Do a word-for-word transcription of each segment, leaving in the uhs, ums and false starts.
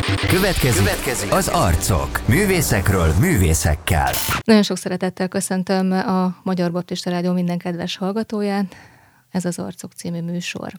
Következik, Következik az Arcok. Művészekről művészekkel. Nagyon sok szeretettel köszöntöm a Magyar Baptista Rádió minden kedves hallgatóját. Ez az Arcok című műsor.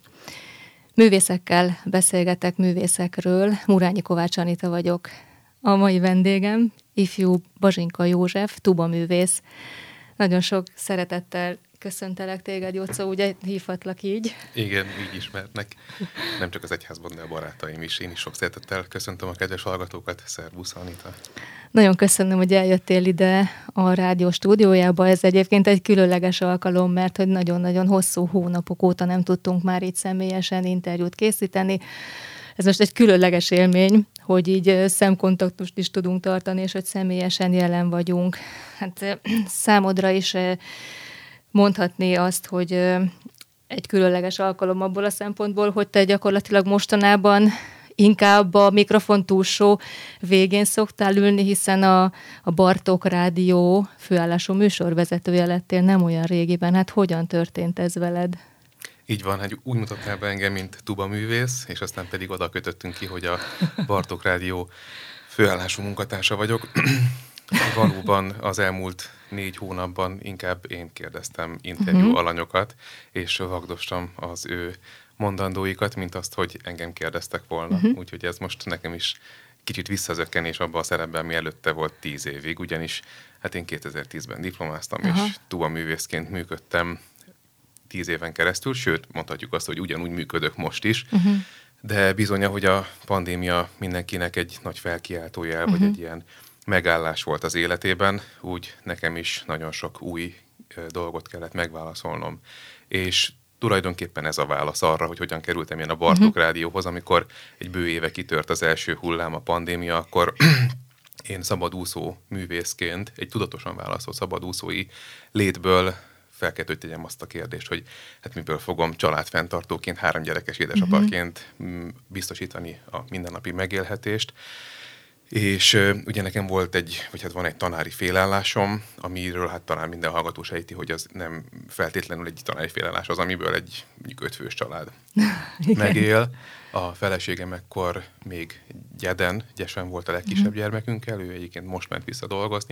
Művészekkel beszélgetek művészekről. Murányi Kovács Anita vagyok. A mai vendégem ifjú Bazsinka József, tubaművész. Nagyon sok szeretettel köszöntelek téged, Jocó, ugye hívhatlak így? Igen, így ismernek. Nem csak az egyházban, de a barátaim is. Én is sok szeretettel köszöntöm a kedves hallgatókat. Szervusz, Anita. Nagyon köszönöm, hogy eljöttél ide a rádió stúdiójába. Ez egyébként egy különleges alkalom, mert hogy nagyon-nagyon hosszú hónapok óta nem tudtunk már így személyesen interjút készíteni. Ez most egy különleges élmény, hogy így szemkontaktust is tudunk tartani, és hogy személyesen jelen vagyunk. Hát számodra is mondhatni azt, hogy egy különleges alkalom abból a szempontból, hogy te gyakorlatilag mostanában inkább a mikrofon túlsó végén szoktál ülni, hiszen a, a Bartók Rádió főállású műsorvezetője lettél nem olyan régiben. Hát hogyan történt ez veled? Így van, hát úgy mutattál be engem, mint tubaművész, és aztán pedig oda kötöttünk ki, hogy a Bartók Rádió főállású munkatársa vagyok. Valóban az elmúlt négy hónapban inkább én kérdeztem interjú uh-huh. alanyokat, és vagdostam az ő mondandóikat, mint azt, hogy engem kérdeztek volna. Uh-huh. Úgyhogy ez most nekem is kicsit visszazökkenés abban a szerepben, ami előtte volt tíz évig, ugyanis hát én kétezer-tízben diplomáztam, uh-huh. és tubaművészként működtem tíz éven keresztül, sőt, mondhatjuk azt, hogy ugyanúgy működök most is, uh-huh. de bizony, hogy a pandémia mindenkinek egy nagy felkiáltójel, uh-huh. vagy egy ilyen megállás volt az életében, úgy nekem is nagyon sok új dolgot kellett megválaszolnom. És tulajdonképpen ez a válasz arra, hogy hogyan kerültem én a Bartók uh-huh. Rádióhoz, amikor egy bő éve kitört az első hullám, a pandémia, akkor én szabadúszó művészként, egy tudatosan válaszolt szabadúszói létből fel kellett, hogy tegyem azt a kérdést, hogy hát miből fogom családfenntartóként, három gyerekes édesapaként uh-huh. biztosítani a mindennapi megélhetést. És uh, ugye nekem volt egy, vagy hát van egy tanári félállásom, amiről hát talán minden hallgató sejti, hogy az nem feltétlenül egy tanári félállás az, amiből egy mondjuk ötfős család megél. A feleségem ekkor még Gyeden, Gyesen volt a legkisebb uh-huh. gyermekünkkel, ő egyébként most ment vissza dolgozni.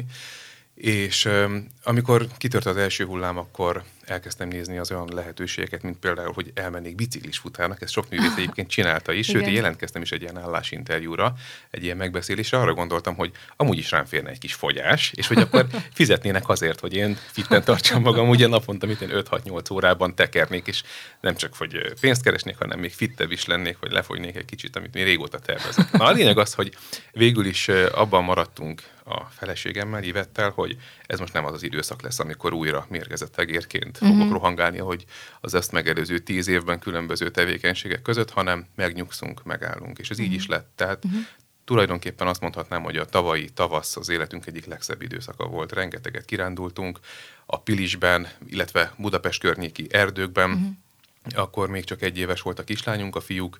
És um, amikor kitört az első hullám, akkor elkezdtem nézni az olyan lehetőségeket, mint például, hogy elmennék biciklis futárnak, ezt sok művész egyébként csinálta is, sőt, én jelentkeztem is egy ilyen állásinterjúra, egy ilyen megbeszélésre, arra gondoltam, hogy amúgy is rám férne egy kis fogyás, és hogy akkor fizetnének azért, hogy én fitten tartsam magam, ugye naponta, mint én öt-hat-nyolc órában tekernék, és nem csak, hogy pénzt keresnék, hanem még fittebb is lennék, hogy lefogynék egy kicsit, amit én régóta tervezek. Na, a lényeg az, hogy végül is abban maradtunk a feleségemmel, Ivettel, hogy ez most nem az az időszak lesz, amikor újra mérgezett egérként uh-huh. fogok rohangálni, hogy az ezt megelőző tíz évben különböző tevékenységek között, hanem megnyugszunk, megállunk. És ez uh-huh. így is lett. Tehát uh-huh. tulajdonképpen azt mondhatnám, hogy a tavalyi tavasz az életünk egyik legszebb időszaka volt. Rengeteget kirándultunk a Pilisben, illetve Budapest környéki erdőkben. Uh-huh. Akkor még csak egy éves volt a kislányunk, a fiúk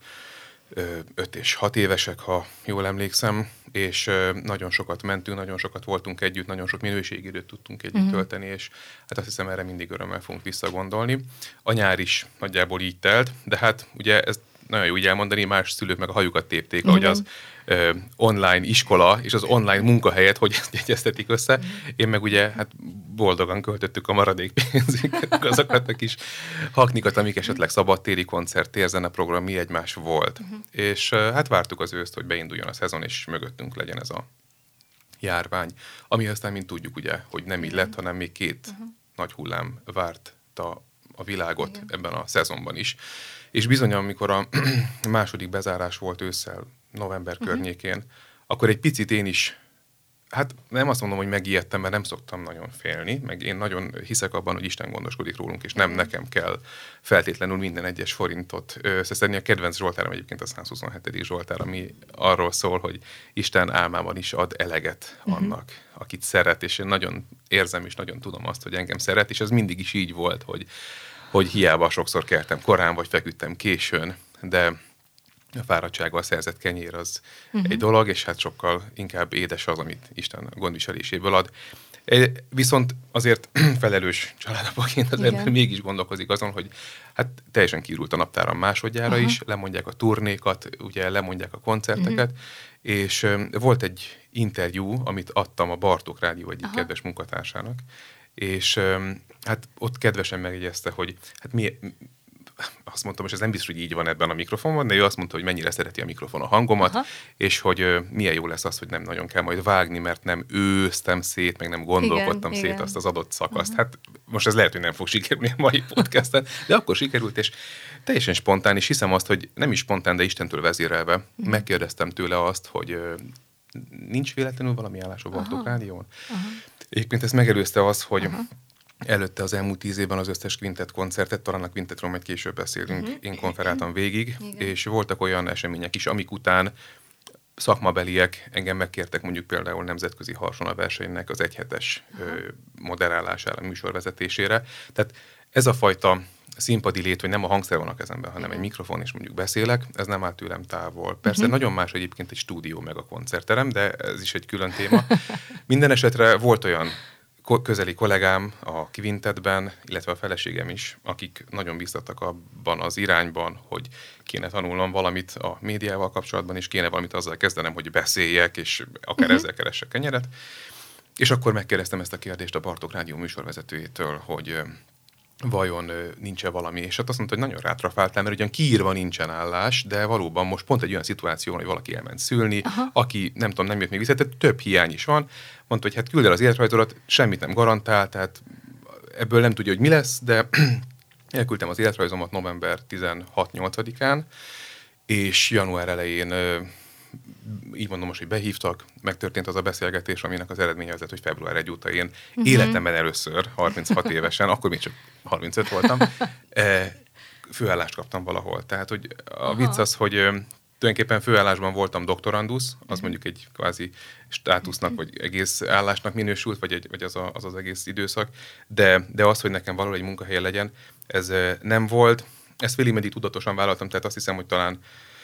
öt és hat évesek, ha jól emlékszem, és nagyon sokat mentünk, nagyon sokat voltunk együtt, nagyon sok minőségi időt tudtunk együtt uh-huh. tölteni, és hát azt hiszem, erre mindig örömmel fogunk visszagondolni. A nyár is nagyjából így telt, de hát ugye ez nagyon jó így elmondani, más szülők meg a hajukat tépték, uh-huh. ahogy az ö, online iskola és az online munkahelyet, hogy ezt egyeztetik össze. Uh-huh. Én meg ugye hát boldogan költöttük a maradék pénzünket, azokat a kis haknikat, amik esetleg szabadtéri koncert, térzeneprogram, mi egymás volt. Uh-huh. És ö, hát vártuk az őszt, hogy beinduljon a szezon, és mögöttünk legyen ez a járvány. Ami aztán, mint tudjuk ugye, hogy nem így lett, hanem még két uh-huh. nagy hullám várta a világot igen. ebben a szezonban is. És bizony, amikor a második bezárás volt ősszel, november uh-huh. környékén, akkor egy picit én is, hát nem azt mondom, hogy megijedtem, mert nem szoktam nagyon félni, meg én nagyon hiszek abban, hogy Isten gondoskodik rólunk, és nem nekem kell feltétlenül minden egyes forintot összeszedni. A kedvenc zsoltárom egyébként a százhuszonhetedik zsoltár, ami arról szól, hogy Isten álmában is ad eleget annak, uh-huh. akit szeret, és én nagyon érzem, és nagyon tudom azt, hogy engem szeret, és ez mindig is így volt, hogy hogy hiába sokszor keltem korán, vagy feküdtem későn, de a fáradtsággal szerzett kenyér az uh-huh. egy dolog, és hát sokkal inkább édes az, amit Isten gondviseléséből ad. Viszont azért felelős családapaként az ember mégis gondolkozik azon, hogy hát teljesen kiürült a naptáram másodjára uh-huh. is, lemondják a turnékat, ugye lemondják a koncerteket, uh-huh. és volt egy interjú, amit adtam a Bartók Rádió egyik Aha. kedves munkatársának, és hát ott kedvesen megjegyezte, hogy hát mi, azt mondtam, és ez nem biztos, hogy így van ebben a mikrofonban, de ő azt mondta, hogy mennyire szereti a mikrofon a hangomat, Aha. és hogy uh, milyen jó lesz az, hogy nem nagyon kell majd vágni, mert nem őztem szét, meg nem gondolkodtam igen, szét igen. azt az adott szakaszt. Uh-huh. Hát most ez lehet, hogy nem fog sikerülni a mai podcasten, de akkor sikerült, és teljesen spontán, és hiszem azt, hogy nem is spontán, de Istentől vezérelve, uh-huh. megkérdeztem tőle azt, hogy uh, nincs véletlenül valami állás a Bartók Rádión. Uh-huh. Egyébként ezt megelőzte az, hogy uh-huh. előtte az elmúlt tíz évben az összes Quintet koncertet, talán a Quintetről majd később beszélünk, uh-huh. én konferáltam végig, igen. és voltak olyan események is, amik után szakmabeliek engem megkértek mondjuk például nemzetközi harsonaversenynek az egyhetes uh-huh. moderálására, műsorvezetésére. Tehát ez a fajta színpadi lét, hogy nem a hangszer van a kezemben, hanem uh-huh. egy mikrofon, és mondjuk beszélek, ez nem áll tőlem távol. Persze uh-huh. nagyon más egyébként egy stúdió meg a koncertterem, de ez is egy külön téma. Minden esetre volt olyan közeli kollégám a Quintetben, illetve a feleségem is, akik nagyon biztattak abban az irányban, hogy kéne tanulnom valamit a médiával kapcsolatban, és kéne valamit azzal kezdenem, hogy beszéljek, és akár uh-huh. ezzel keressek kenyeret. És akkor megkérdeztem ezt a kérdést a Bartók Rádió műsorvezetőjétől, hogy vajon nincs-e valami, és hát azt mondta, hogy nagyon rátrafáltál, mert ugyan kiírva nincsen állás, de valóban most pont egy olyan szituáció, hogy valaki elment szülni, Aha. aki nem tudom, nem jött még vissza, tehát több hiány is van. Mondta, hogy hát küld el az életrajzodat, semmit nem garantál, tehát ebből nem tudja, hogy mi lesz, de elküldtem az életrajzomat november tizenhat-nyolcadikán, és január elején így mondom most, hogy behívtak, megtörtént az a beszélgetés, aminek az eredménye az, hogy február elseje óta én uh-huh. életemben először, harminchat évesen, akkor még csak harmincöt voltam, főállást kaptam valahol. Tehát, hogy a Aha. vicc az, hogy tulajdonképpen főállásban voltam doktorandusz, az uh-huh. mondjuk egy kvázi státusznak, vagy egész állásnak minősült, vagy, egy, vagy az, a, az az egész időszak, de, de az, hogy nekem valahol egy munkahely legyen, ez nem volt. Ezt félig tudatosan vállaltam, tehát azt hiszem, hogy talán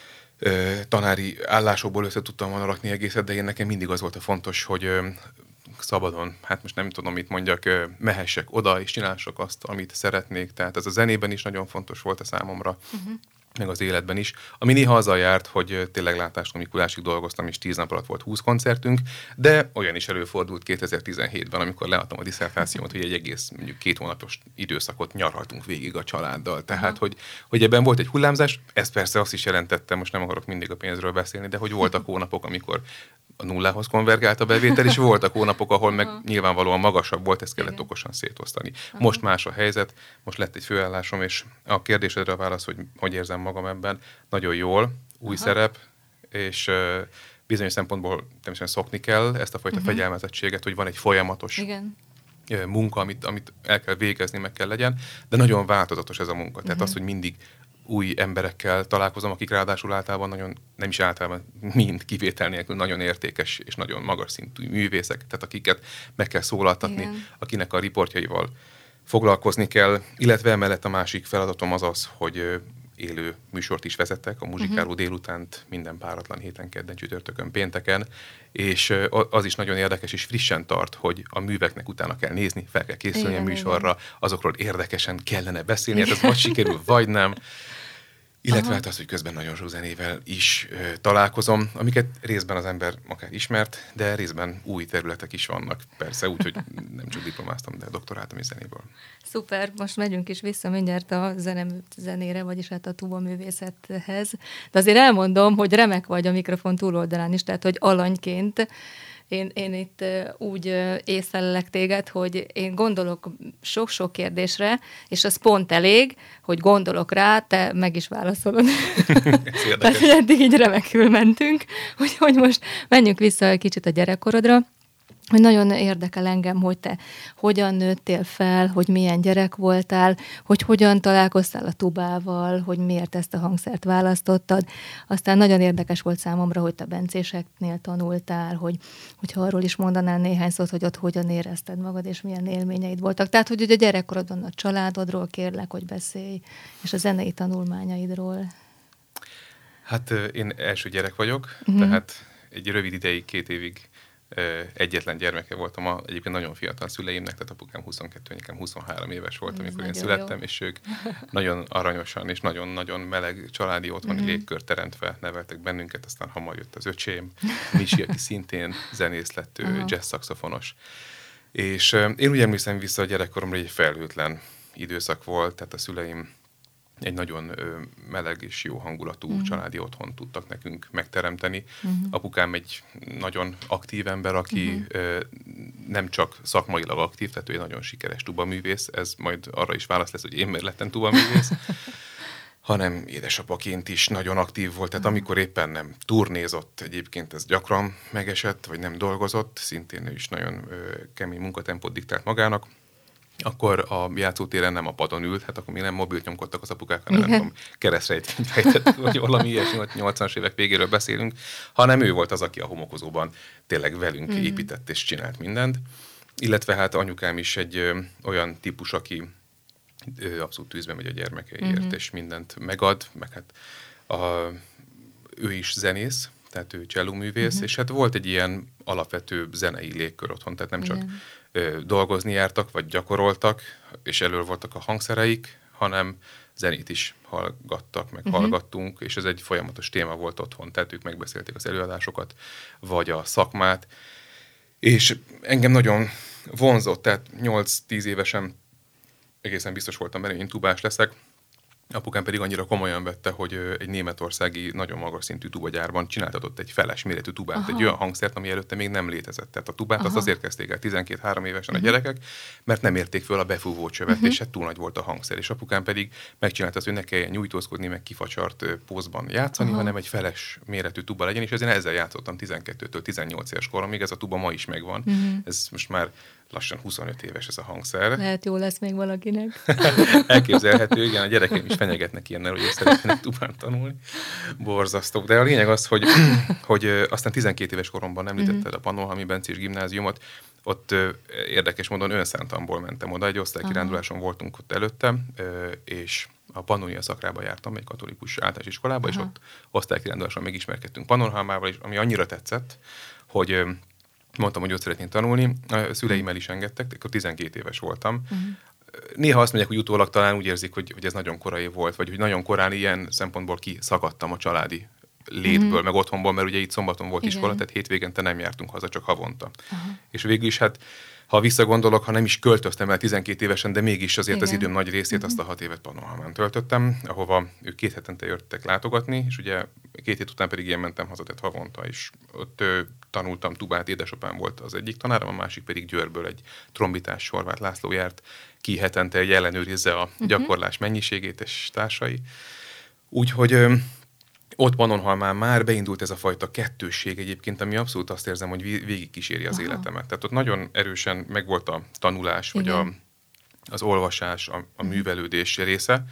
tanári állásokból össze tudtam volna rakni egészet, de én nekem mindig az volt a fontos, hogy szabadon, hát most nem tudom, mit mondjak, mehessek oda, és csinálsak azt, amit szeretnék. Tehát ez a zenében is nagyon fontos volt a számomra, uh-huh. meg az életben is. Ami néha azzal járt, hogy tényleg látástalanulásig dolgoztam, és tíz nap alatt volt húsz koncertünk, de olyan is előfordult kétezer-tizenhétben, amikor leadtam a disszertációmat, hogy egy egész mondjuk két hónapos időszakot nyaraltunk végig a családdal. Tehát, uh-huh. hogy, hogy ebben volt egy hullámzás, ez persze azt is jelentette, most nem akarok mindig a pénzről beszélni, de hogy voltak hónapok, amikor a nullához konvergált a bevétel, és voltak hónapok, ahol meg uh-huh. nyilvánvalóan magasabb volt, ezt kellett Igen. okosan szétosztani. Uh-huh. Most más a helyzet, most lett egy főállásom, és a kérdésedre a válasz, hogy hogy érzem magam ebben, nagyon jól, új Aha. szerep, és uh, bizonyos szempontból természetesen szokni kell ezt a fajta uh-huh. fegyelmezettséget, hogy van egy folyamatos Igen. munka, amit, amit el kell végezni, meg kell legyen, de nagyon változatos ez a munka. Tehát uh-huh. az, hogy mindig új emberekkel találkozom, akik ráadásul általában nagyon, nem is általában, mind kivétel nélkül nagyon értékes és nagyon magas szintű művészek, tehát akiket meg kell szólaltatni, Igen. akinek a riportjaival foglalkozni kell, illetve emellett a másik feladatom az az, hogy élő műsort is vezettek, a muzsikáló uh-huh. délutánt minden páratlan héten, kedden, csütörtökön, pénteken, és az is nagyon érdekes és frissen tart, hogy a műveknek utána kell nézni, fel kell készülni igen, a műsorra, igen. azokról érdekesen kellene beszélni, hát ez vagy sikerül, vagy nem. Illetve Aha. hát az, hogy közben nagyon sok zenével is ö, találkozom, amiket részben az ember akár ismert, de részben új területek is vannak. Persze úgy, hogy nem csak diplomáztam, de doktoráltam is zenéből. Szuper, most megyünk is vissza mindjárt a zene, zenére, vagyis hát a tuba művészethez. De azért elmondom, hogy remek vagy a mikrofon túloldalán is, tehát hogy alanyként. Én, én itt úgy észlelek téged, hogy én gondolok sok-sok kérdésre, és az pont elég, hogy gondolok rá, te meg is válaszolod. Tehát, hogy eddig így remekül mentünk, úgyhogy most menjünk vissza egy kicsit a gyerekkorodra, hogy nagyon érdekel engem, hogy te hogyan nőttél fel, hogy milyen gyerek voltál, hogy hogyan találkoztál a tubával, hogy miért ezt a hangszert választottad. Aztán nagyon érdekes volt számomra, hogy te bencéseknél tanultál, hogy, hogyha arról is mondanál néhány szót, hogy ott hogyan érezted magad, és milyen élményeid voltak. Tehát, hogy ugye a gyerekkorodon a családodról kérlek, hogy beszélj, és a zenei tanulmányaidról. Hát én első gyerek vagyok, uh-huh. tehát egy rövid ideig, két évig egyetlen gyermeke voltam, a, egyébként nagyon fiatal szüleimnek, tehát apukám huszonkettő, nekem huszonhárom éves volt, amikor én születtem, jó. És ők nagyon aranyosan és nagyon-nagyon meleg családi otthoni uh-huh. légkört teremtve neveltek bennünket, aztán hamar jött az öcsém, Misi, aki szintén zenész lett, uh-huh. jazz szaxofonos. És én úgy emlékszem vissza a gyerekkoromra, egy felhőtlen időszak volt, tehát a szüleim egy nagyon ö, meleg és jó hangulatú uh-huh. családi otthont tudtak nekünk megteremteni. Uh-huh. Apukám egy nagyon aktív ember, aki uh-huh. ö, nem csak szakmailag aktív, tehát ő egy nagyon sikeres tubaművész, ez majd arra is válasz lesz, hogy én miért lettem tubaművész, hanem édesapaként is nagyon aktív volt, tehát uh-huh. amikor éppen nem turnézott, egyébként ez gyakran megesett, vagy nem dolgozott, szintén ő is nagyon ö, kemény munkatempót diktált magának, akkor a játszótéren nem a padon ült, hát akkor még nem mobilt nyomkodtak az apukák, hanem nem tudom, keresztrejtvényt fejtett, vagy valami ilyesmi, nyolcvanas évek végéről beszélünk, hanem ő volt az, aki a homokozóban tényleg velünk mm. épített és csinált mindent. Illetve hát anyukám is egy ö, olyan típus, aki ö, abszolút tűzben megy a gyermekeiért, mm. és mindent megad, meg hát a, ő is zenész, tehát ő csellóművész, mm-hmm. és hát volt egy ilyen alapvető zenei légkör otthon, tehát nem csak igen. ö, dolgozni jártak, vagy gyakoroltak, és elől voltak a hangszereik, hanem zenét is hallgattak, meg uh-huh. hallgattunk, és ez egy folyamatos téma volt otthon, tehát ők megbeszélték az előadásokat, vagy a szakmát, és engem nagyon vonzott, tehát nyolc-tíz évesen egészen biztos voltam benne, hogy én tubás leszek. Apukám pedig annyira komolyan vette, hogy egy németországi nagyon magas szintű tubagyárban csináltatott egy feles méretű tubát, aha. egy olyan hangszert, ami előtte még nem létezett. Tehát a tubát aha. azt azért kezdték el tizenkét-három évesen uh-huh. a gyerekek, mert nem érték föl a befúvó csövet, uh-huh. és hát túl nagy volt a hangszer. És apukám pedig megcsinálta azt, hogy ne kelljen nyújtózkodni, meg kifacsart pózban játszani, aha. hanem egy feles méretű tuba legyen, és ezért ezzel játszottam tizenkettőtől tizennyolc éves koromig, ez a tuba ma is megvan. Uh-huh. Ez most már lassan huszonöt éves ez a hangszer. Lehet jó lesz még valakinek. Elképzelhető, igen, a gyerekeim is fenyegetnek ilyennel, hogy ők szeretnének tubán tanulni. Borzasztó. De a lényeg az, hogy, hogy aztán tizenkét éves koromban említetted uh-huh. a Pannonhalmi Bencés Gimnáziumot, ott érdekes módon önszántamból mentem oda, egy osztálykiránduláson uh-huh. voltunk ott előtte, és a Pannonia szakrába jártam, egy katolikus általános iskolába, uh-huh. és ott osztálykiránduláson megismerkedtünk Pannonhalmával, és ami annyira tetszett, hogy mondtam, hogy ott szeretnék tanulni, a szüleimmel is engedtek, akkor tizenkét éves voltam. Uh-huh. Néha azt mondják, hogy utólag talán úgy érzik, hogy, hogy ez nagyon korai volt, vagy hogy nagyon korán ilyen szempontból kiszakadtam a családi létből, uh-huh. meg otthonból, mert ugye itt szombaton volt igen. iskola, tehát hétvégente nem jártunk haza, csak havonta. Uh-huh. És végül is hát, ha visszagondolok, ha nem is költöztem el tizenkét évesen, de mégis azért igen. az időm nagy részét uh-huh. azt a hat évet Pannonhalmán töltöttem, ahova ők két hetente jöttek látogatni, és ugye két hét után pedig ilyen mentem haza, tehát havonta, és ott ö, tanultam tubát, édesapám volt az egyik tanárom, a másik pedig Győrből egy trombitás, Horváth László járt ki hetente, hogy ellenőrizze a uh-huh. gyakorlás mennyiségét és társai. Úgyhogy ö, ott Pannonhalmán már beindult ez a fajta kettősség egyébként, ami abszolút azt érzem, hogy végigkíséri az aha. életemet. Tehát ott nagyon erősen megvolt a tanulás, vagy a, az olvasás, a, a művelődés része.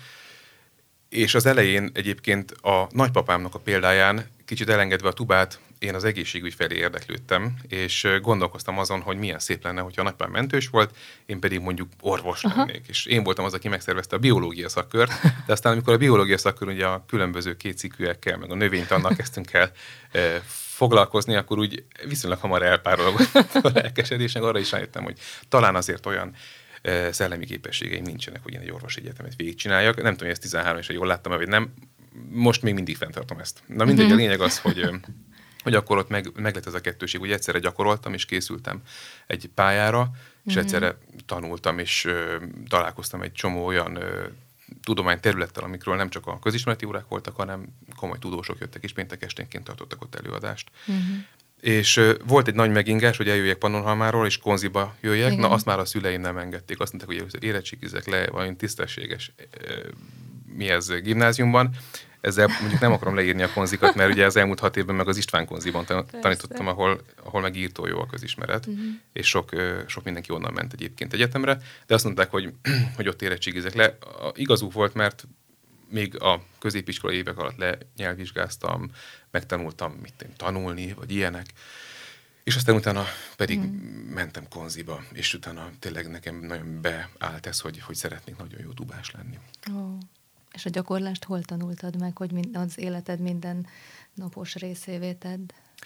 És az elején egyébként a nagypapámnak a példáján, kicsit elengedve a tubát, én az egészségügy felé érdeklődtem, és gondolkoztam azon, hogy milyen szép lenne, hogyha a nagypapám mentős volt, én pedig mondjuk orvos aha. lennék. És én voltam az, aki megszervezte a biológia szakkört, de aztán amikor a biológia szakkör ugye a különböző kétcikkűekkel, meg a növénytannal kezdtünk el e, foglalkozni, akkor úgy viszonylag hamar elpárologott a lelkesedésnek, arra is rájöttem, hogy talán azért olyan e, szellemi képességeim nincsenek, hogy én egy orvosi egyetemet végigcsináljak. Nem tudom, hogy ezt tizenhárom évesen jól láttam, vagy nem. Most még mindig fenntartom ezt. Na mindegy, uh-huh. a lényeg az, hogy hogy akkor ott meg, meg lett ez a kettőség, hogy egyszerre gyakoroltam, és készültem egy pályára, és mm-hmm. egyszerre tanultam, és ö, találkoztam egy csomó olyan ö, tudományterülettel, amikről nem csak a közismereti órák voltak, hanem komoly tudósok jöttek, és péntek esténként tartottak ott előadást. Mm-hmm. És ö, volt egy nagy megingás, hogy eljöjjek Pannonhalmáról, és Konziba jöjjek. Igen. Na, azt már a szüleim nem engedték. Azt mondták, hogy először érettségizek le valami tisztességes ö, mi ez gimnáziumban. Ezzel mondjuk nem akarom leírni a konzikat, mert ugye az elmúlt hat évben meg az István konziban tanítottam, ahol, ahol meg írtó jó a közismeret, uh-huh. és sok, sok mindenki onnan ment egyébként egyetemre, de azt mondták, hogy, hogy ott érettségizek le. Igazuk volt, mert még a középiskolai évek alatt lenyelvvizsgáztam, megtanultam mit én, tanulni, vagy ilyenek, és aztán utána pedig uh-huh. mentem konziba, és utána tényleg nekem nagyon beállt ez, hogy, hogy szeretnék nagyon jó tubás lenni. Oh. És a gyakorlást hol tanultad meg, hogy az életed minden napos részévé tedd?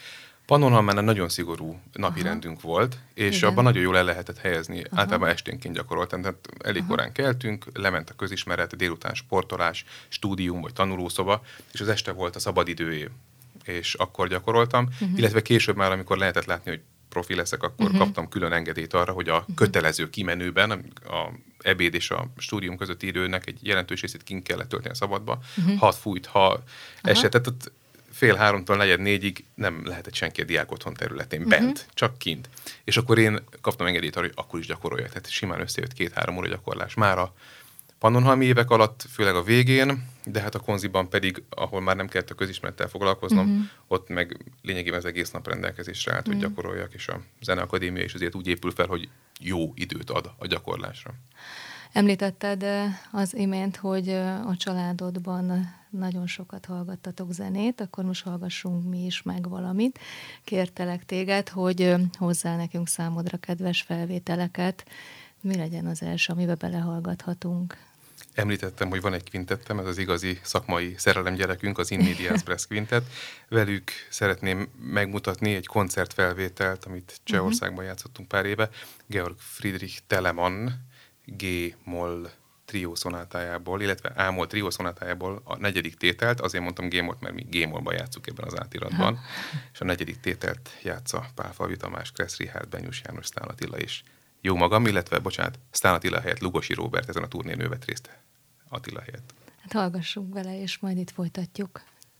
Pannonhalmán nagyon szigorú napirendünk volt, és Igen. abban nagyon jól el lehetett helyezni. Aha. Általában esténként gyakoroltam, tehát elég Aha. korán keltünk, lement a közismeret, délután sportolás, stúdium vagy tanulószoba, és az este volt a szabadidőé, és akkor gyakoroltam, uh-huh. illetve később már, amikor lehetett látni, hogy profi leszek, akkor uh-huh. kaptam külön engedélyt arra, hogy a uh-huh. kötelező kimenőben, a ebéd és a stúdium közötti időnek egy jelentős részét kint kellett tölteni a szabadba. Uh-huh. Ha fújt, ha esett, fél háromtól negyed négyig nem lehetett senki a diák otthon területén uh-huh. bent, csak kint. És akkor én kaptam engedélyt arra, hogy akkor is gyakoroljak. Tehát simán összejött két-három óra gyakorlás. Már a pannonhalmi évek alatt, főleg a végén, de hát a konziban pedig, ahol már nem kellett a közismerettel foglalkoznom, uh-huh. ott meg lényegében az egész nap rendelkezésre állt, uh-huh. hogy gyakoroljak, és a Zeneakadémia is azért úgy épül fel, hogy jó időt ad a gyakorlásra. Említetted az imént, hogy a családodban nagyon sokat hallgattatok zenét, akkor most hallgassunk mi is meg valamit. Kértelek téged, hogy hozzá nekünk számodra kedves felvételeket. Mi legyen az első, amiben belehallgathatunk? Említettem, hogy van egy kvintettem, ez az igazi szakmai szerelemgyerekünk, az In Medias Res Quintet. Velük szeretném megmutatni egy koncertfelvételt, amit Csehországban uh-huh. játszottunk pár éve. Georg Friedrich Telemann G-moll triószonátájából, illetve A-moll triószonátájából a negyedik tételt, azért mondtam G-mollt, mert mi G-mollban játszunk ebben az átiratban, ha. és a negyedik tételt játsza Pálfalvi Tamás, Kressz Richárd, Benyus János, Sztán Attila és jó magam, illetve, bocsánat, Sztán Attila helyett Lugosi Róbert ezen a turnén ő vett részt Attila helyett. Hát hallgassunk bele, és majd itt folytatjuk.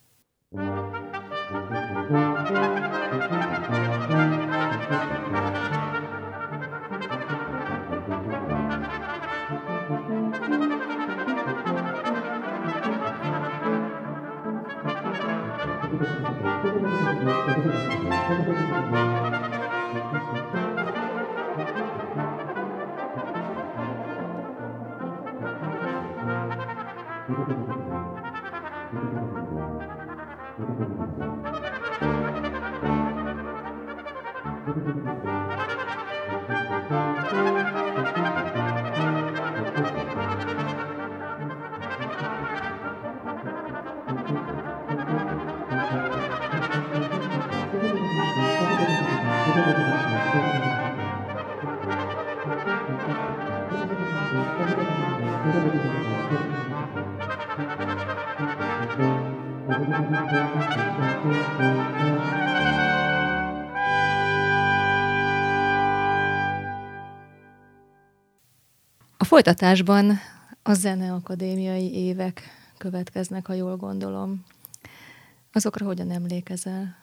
A folytatásban a zeneakadémiai évek következnek, ha jól gondolom. Azokra hogyan emlékezel?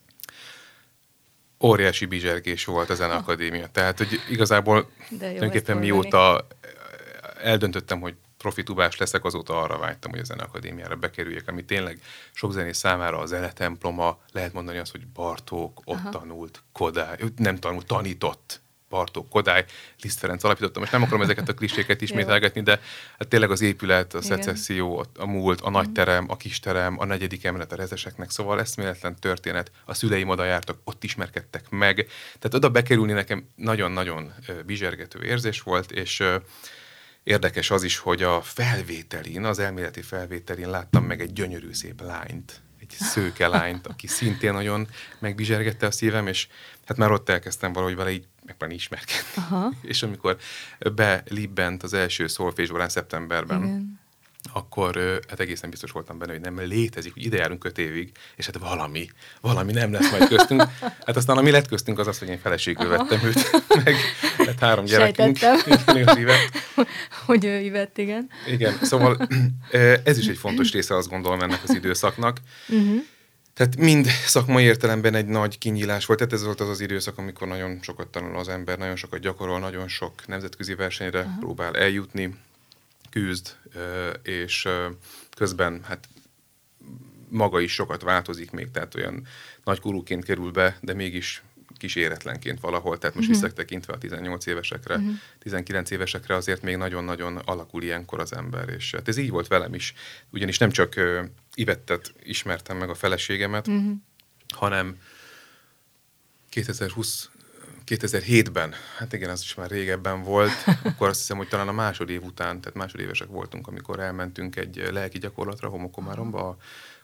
Óriási bizsergés volt a Zeneakadémia. Tehát, hogy igazából tulajdonképpen mióta eldöntöttem, hogy profi tubás leszek, azóta arra vágytam, hogy a Zeneakadémiára bekerüljek, ami tényleg sok zenész számára a zenetemploma, lehet mondani azt, hogy Bartók ott Aha. tanult, Kodály, nem tanult, tanított. Bartók, Kodály, Liszt Ferenc alapítottam. Most nem akarom ezeket a kliséket ismételgetni, de hát tényleg az épület, a szecesszió, a múlt, a nagyterem, a kisterem, a negyedik emelet a rezeseknek, szóval eszméletlen történet. A szüleim oda jártak, ott ismerkedtek meg. Tehát oda bekerülni nekem nagyon-nagyon bizsergető érzés volt, és érdekes az is, hogy a felvételin, az elméleti felvételin láttam meg egy gyönyörű szép lányt, egy szőke lányt, aki szintén nagyon megbizsergette a szívem, és hát már ott elkezdtem valahogy vele így megpróbálni ismerkedni. Aha. És amikor belibbent az első szolfésórán szeptemberben, igen. akkor hát egészen biztos voltam benne, hogy nem létezik, hogy ide járunk öt évig, és hát valami, valami nem lesz majd köztünk. Hát aztán ami lett köztünk az az, hogy én feleségül vettem őt, meg lett három gyerekünk. Sejtettem, hogy ő ivett, igen. Igen, szóval ez is egy fontos része, azt gondolom, ennek az időszaknak. Uh-huh. Tehát mind szakmai értelemben egy nagy kinyílás volt. Tehát ez volt az az időszak, amikor nagyon sokat tanul az ember, nagyon sokat gyakorol, nagyon sok nemzetközi versenyre Aha. próbál eljutni, küzd, és közben hát maga is sokat változik még, tehát olyan nagy gurúként kerül be, de mégis kíséretlenként valahol. Tehát most uh-huh. visszatekintve a tizennyolc évesekre, uh-huh. tizenkilenc évesekre azért még nagyon-nagyon alakul ilyenkor az ember. És hát ez így volt velem is. Ugyanis nem csak uh, Ivettet ismertem meg a feleségemet, uh-huh. hanem kétezer-húsz kétezer-hétben, hát igen, az is már régebben volt, akkor azt hiszem, hogy talán a másodév után, tehát másodévesek voltunk, amikor elmentünk egy lelki gyakorlatra Homokomáromba, a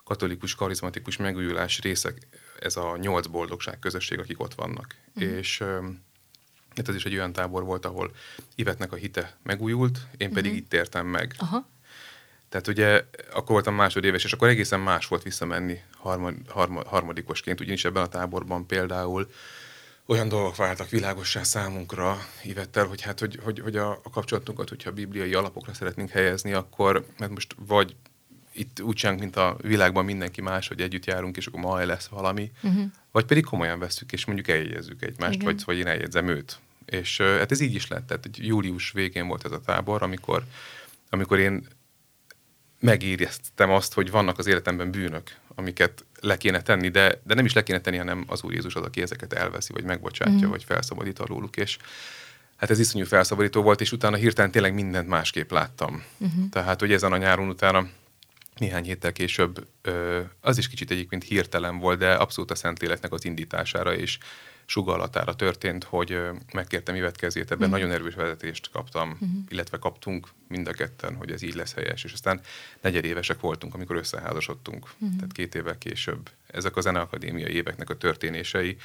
katolikus, karizmatikus megújulás része, ez a nyolc boldogság közösség, akik ott vannak. Uh-huh. És hát ez is egy olyan tábor volt, ahol Ivetnek a hite megújult, én pedig uh-huh. itt értem meg. Aha. Tehát ugye akkor voltam másodéves, és akkor egészen más volt visszamenni harmad, harmad, harmadikosként, ugyanis ebben a táborban például olyan dolgok váltak világossá számunkra Ivettel, hogy hát, hogy, hogy, hogy a, a kapcsolatunkat, hogyha a bibliai alapokra szeretnénk helyezni, akkor, mert most vagy itt úgy csinálunk, mint a világban mindenki más, hogy együtt járunk, és akkor majd lesz valami, uh-huh. vagy pedig komolyan vesszük, és mondjuk eljegyezzük egymást, vagy, vagy én eljegyzem őt. És uh, hát ez így is lett, tehát július végén volt ez a tábor, amikor, amikor én megéreztem azt, hogy vannak az életemben bűnök, amiket le kéne tenni, de, de nem is le kéne tenni, hanem az Úr Jézus az, aki ezeket elveszi, vagy megbocsátja, mm. vagy felszabadít alóluk, és hát ez iszonyú felszabadító volt, és utána hirtelen tényleg mindent másképp láttam. Mm-hmm. Tehát, hogy ezen a nyáron utána néhány héttel később, az is kicsit egyébként hirtelen volt, de abszolút a Szentléleknek az indítására és sugallatára történt, hogy megkértem Ivet kezét, ebben uh-huh. nagyon erős vezetést kaptam, uh-huh. illetve kaptunk mind a ketten, hogy ez így lesz helyes, és aztán negyedévesek voltunk, amikor összeházasodtunk, uh-huh. tehát két évvel később. Ezek a zeneakadémiai éveknek a történései,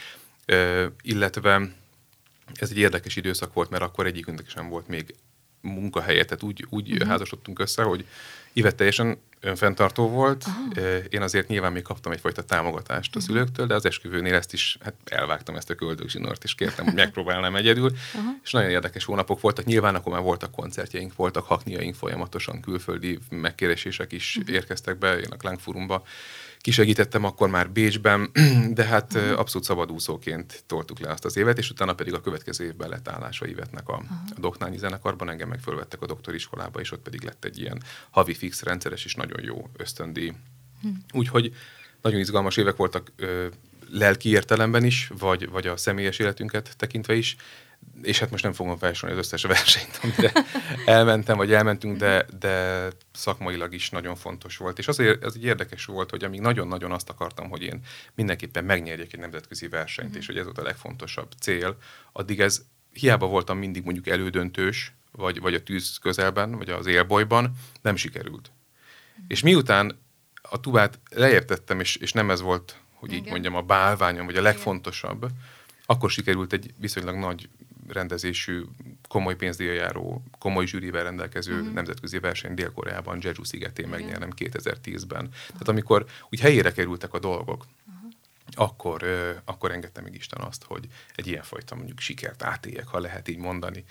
illetve ez egy érdekes időszak volt, mert akkor egyikünknek sem volt még munkahelye, tehát úgy, úgy uh-huh. házasodtunk össze, hogy Ivet teljesen önfenntartó volt. Uh-huh. Én azért nyilván még kaptam egyfajta támogatást a uh-huh. szülőktől, de az esküvőnél ezt is, hát elvágtam ezt a köldögzsinort, és kértem, hogy megpróbálnám egyedül. Uh-huh. És nagyon érdekes hónapok voltak. Nyilván akkor már voltak koncertjeink, voltak hakniaink folyamatosan, külföldi megkeresések is uh-huh. érkeztek be, én a Klangfurumba kisegítettem akkor már Bécsben, de hát uh-huh. abszolút szabadúszóként toltuk le azt az évet, és utána pedig a következő évben lett állása Ivetnek a, uh-huh. a Doknányi zenekarban, engem meg fölvettek a doktoriskolába, és ott pedig lett egy ilyen havi fix rendszeres és nagyon jó ösztöndíj. Uh-huh. Úgyhogy nagyon izgalmas évek voltak ö, lelki értelemben is, vagy, vagy a személyes életünket tekintve is, és hát most nem fogom felsorolni az összes versenyt, amire elmentem, vagy elmentünk, de, de szakmailag is nagyon fontos volt. És azért ez így érdekes volt, hogy amíg nagyon-nagyon azt akartam, hogy én mindenképpen megnyerjek egy nemzetközi versenyt, mm. és hogy ez volt a legfontosabb cél, addig ez hiába voltam mindig mondjuk elődöntős, vagy, vagy a tűz közelben, vagy az élbolyban, nem sikerült. Mm. És miután a tubát lejjebb tettem, és, és nem ez volt, hogy így Igen. mondjam, a bálványom, vagy a legfontosabb, akkor sikerült egy viszonylag nagy rendezésű, komoly pénzdíjjal járó, komoly zsűrivel rendelkező uh-huh. nemzetközi verseny Dél-Koreában, Jeju szigetén megnyernem kétezer-tízben. Uh-huh. Tehát amikor úgy helyére kerültek a dolgok, uh-huh. akkor, euh, akkor engedte meg Isten azt, hogy egy ilyenfajta mondjuk sikert átéljek, ha lehet így mondani,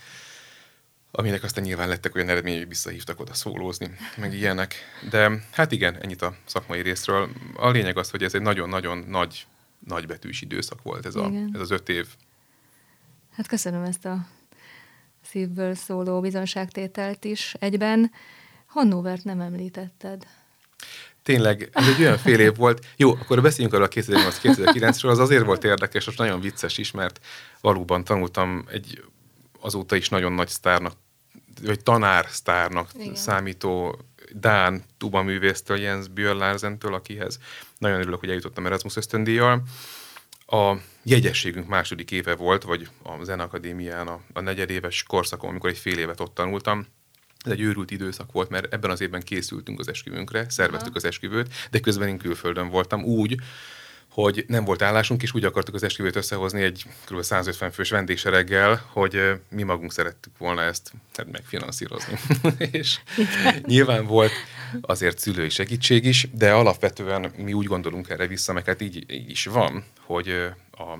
aminek aztán nyilván lettek olyan eredmények, hogy visszahívtak oda szólózni, meg ilyenek. De hát igen, ennyit a szakmai részről. A lényeg az, hogy ez egy nagyon-nagyon nagy, nagybetűs időszak volt ez, a, ez az öt év. Hát köszönöm ezt a szívből szóló bizonságtételt is egyben. Hannovert nem említetted. Tényleg, ez egy olyan fél év volt. Jó, akkor beszéljünk arra a kétezer-nyolc-kétezer-kilencről, az azért volt érdekes, és nagyon vicces is, mert valóban tanultam egy azóta is nagyon nagy sztárnak, vagy tanársztárnak Igen. számító dán tubaművésztől, Jens Björn-Larsentől, akihez nagyon örülök, hogy eljutottam Erasmus ösztöndíjjal. A jegyességünk második éve volt, vagy a Zeneakadémián a, a negyedéves korszakon, amikor egy fél évet ott tanultam. Ez egy őrült időszak volt, mert ebben az évben készültünk az esküvőnkre, szerveztük Aha. az esküvőt, de közben én külföldön voltam úgy, hogy nem volt állásunk, és úgy akartuk az esküvőt összehozni egy kb. százötven fős vendégsereggel, hogy mi magunk szerettük volna ezt hát megfinanszírozni. és nyilván volt azért szülői segítség is, de alapvetően mi úgy gondolunk erre vissza, meg hát így, így is van, hogy a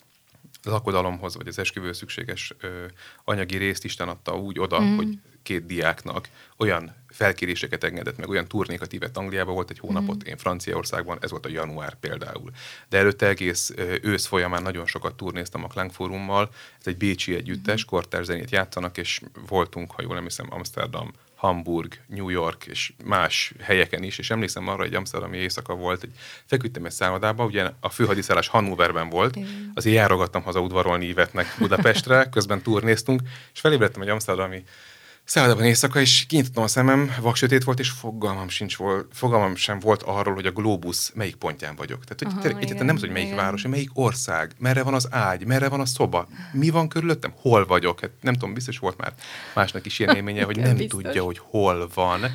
az lakodalomhoz, vagy az esküvő szükséges ö, anyagi részt Isten adta úgy oda, mm. hogy két diáknak olyan felkéréseket engedett meg, olyan turnékat ívett. Angliában volt egy hónapot, mm. én Franciaországban, ez volt a január például. De előtte egész ö, ősz folyamán nagyon sokat turnéztem a Klangfórummal, ez egy bécsi együttes, mm. kortárszenét játszanak, és voltunk, ha jól nem hiszem, Amsterdam, Hamburg, New York és más helyeken is, és emlékszem arra, hogy amszterdami éjszaka volt, hogy feküdtem egy szállodába, ugye a főhadiszállás Hannoverben volt, azért járogattam haza udvarolni Ivetnek Budapestre, közben turnéztunk, és felébredtem egy amszterdami szállodában éjszaka, és kinyitottam a szemem, vaksötét volt, és fogalmam, sincs volt, fogalmam sem volt arról, hogy a glóbusz melyik pontján vagyok. Tehát, hogy Aha, egyáltalán nem tudom, hogy melyik igen. város, melyik ország, merre van az ágy, merre van a szoba, mi van körülöttem, hol vagyok. Hát nem tudom, biztos volt már másnak is ilyen élménye, hogy nem biztos. tudja, hogy hol van.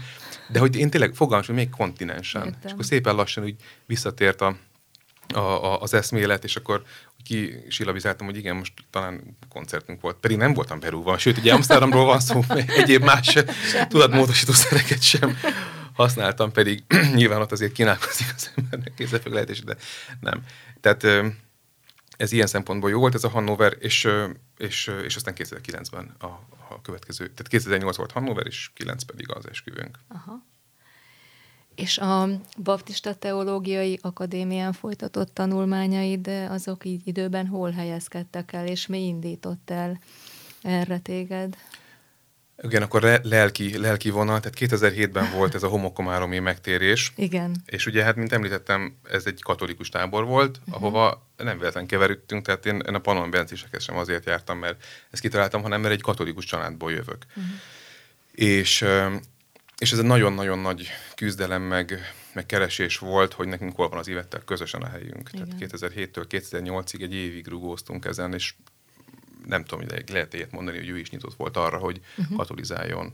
De hogy én tényleg fogalmam, hogy még kontinensen. Értem. És akkor szépen lassan úgy visszatért a, a, a, az eszmélet, és akkor ki silabizáltam, hogy igen, most talán koncertünk volt. Pedig nem voltam Perúban, sőt, ugye Amsterdamról van szó, egyéb más tudatmódosító szereket sem használtam, pedig nyilván ott azért kínálkozik az embernek kézzelfoglalás, de nem. Tehát ez ilyen szempontból jó volt, ez a Hannover, és, és, és aztán kétezer-kilencben a, a következő, tehát kétezer-nyolc volt Hannover, és kilenc pedig az esküvőnk. Aha. És a Baptista Teológiai Akadémián folytatott tanulmányaid, azok így időben hol helyezkedtek el, és mi indított el erre téged? Igen, akkor le- lelki, lelki vonal, tehát kétezer-hétben volt ez a homokomáromi megtérés. Igen. És ugye, hát mint említettem, ez egy katolikus tábor volt, uh-huh. ahova nem véletlen keverődtünk, tehát én, én a Pannon Bencésekhez sem azért jártam, mert ezt kitaláltam, hanem mert egy katolikus családból jövök. Uh-huh. És, és ez egy nagyon-nagyon nagy küzdelem, meg, meg keresés volt, hogy nekünk hol van az Ivettel közösen a helyünk. Igen. Tehát kétezer-héttől kétezer-nyolcig egy évig rugóztunk ezen, és nem tudom, hogy lehet ilyet mondani, hogy ő is nyitott volt arra, hogy uh-huh. katolizáljon.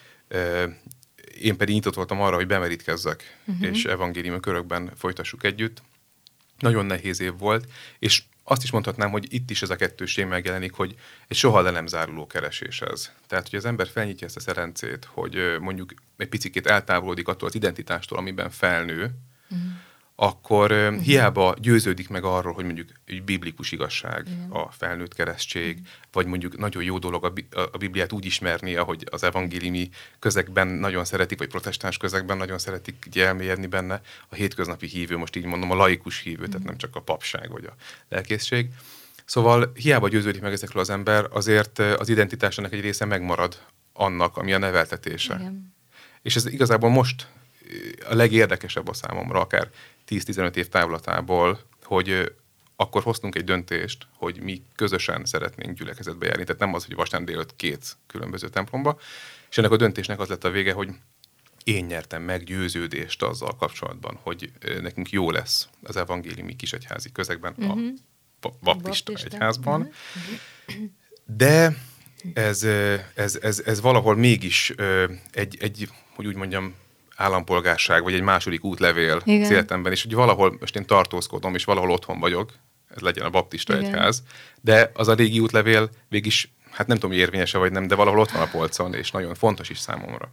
Én pedig nyitott voltam arra, hogy bemerítkezzek, uh-huh. és evangéliumi körökben folytassuk együtt. Nagyon nehéz év volt, és azt is mondhatnám, hogy itt is ez a kettőség megjelenik, hogy egy soha le nem záruló keresés ez. Tehát, hogy az ember felnyitja ezt a szerencét, hogy mondjuk egy picikét eltávolodik attól az identitástól, amiben felnő, uh-huh. akkor uh, hiába győződik meg arról, hogy mondjuk egy biblikus igazság, igen. a felnőtt keresztség, uh-huh. vagy mondjuk nagyon jó dolog a, bi- a Bibliát úgy ismerni, ahogy az evangéliumi közegben nagyon szeretik, vagy protestáns közegben nagyon szeretik elmélyedni benne, a hétköznapi hívő, most így mondom, a laikus hívő, uh-huh. tehát nem csak a papság, vagy a lelkészség. Szóval hiába győződik meg ezekről az ember, azért az identitásának egy része megmarad annak, ami a neveltetése. Igen. És ez igazából most a legérdekesebb a számomra, akár tíz-tizenöt év távlatából, hogy akkor hoztunk egy döntést, hogy mi közösen szeretnénk gyülekezetbe járni. Tehát nem az, hogy vasárnap délután két különböző templomba. És ennek a döntésnek az lett a vége, hogy én nyertem meg győződést azzal kapcsolatban, hogy nekünk jó lesz az evangéliumi kisegyházi közegben, uh-huh. a baptista, baptista egyházban. Uh-huh. De ez, ez, ez, ez valahol mégis egy, egy, hogy úgy mondjam, állampolgárság, vagy egy második útlevél az életemben, és hogy valahol most én tartózkodom, és valahol otthon vagyok, ez legyen a baptista igen. egyház, de az a régi útlevél végig, hát nem tudom, hogy érvényese vagy nem, de valahol ott van a polcon, és nagyon fontos is számomra.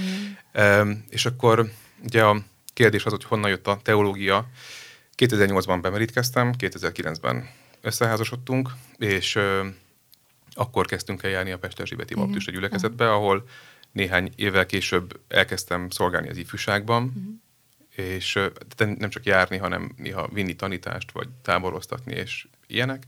Um, és akkor ugye a kérdés az, hogy honnan jött a teológia. kétezer-nyolcban bemerítkeztem, kétezer-kilencben összeházasodtunk, és uh, akkor kezdtünk el járni a Pesterzsébeti Baptista gyülekezetbe, ahol néhány évvel később elkezdtem szolgálni az ifjúságban, uh-huh. és nem csak járni, hanem néha vinni tanítást, vagy táboroztatni, és ilyenek.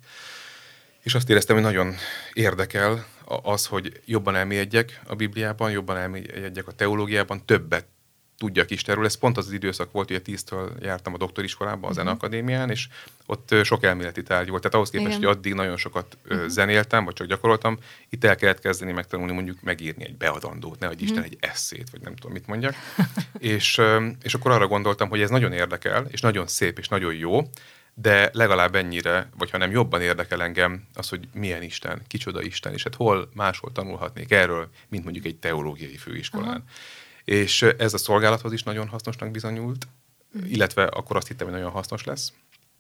És azt éreztem, hogy nagyon érdekel az, hogy jobban elmélyedjek a Bibliában, jobban elmélyedjek a teológiában, többet tudjak Istenről. Ez pont az az időszak volt, hogy a tíztől jártam a doktoriskolában, a Zeneakadémián, és ott sok elméleti tárgy volt. Tehát ahhoz képest, igen. hogy addig nagyon sokat uh-huh. zenéltem, vagy csak gyakoroltam, itt el kellett kezdeni megtanulni mondjuk megírni egy beadandót, ne hogy Isten uh-huh. egy esszét, vagy nem tudom, mit mondjak. és, és akkor arra gondoltam, hogy ez nagyon érdekel, és nagyon szép, és nagyon jó, de legalább ennyire, vagy ha nem jobban érdekel engem az, hogy milyen Isten, kicsoda Isten, és hát hol máshol tanulhatnék erről, mint mondjuk egy teológiai főiskolán. Uh-huh. És ez a szolgálathoz is nagyon hasznosnak bizonyult, mm. illetve akkor azt hittem, hogy nagyon hasznos lesz.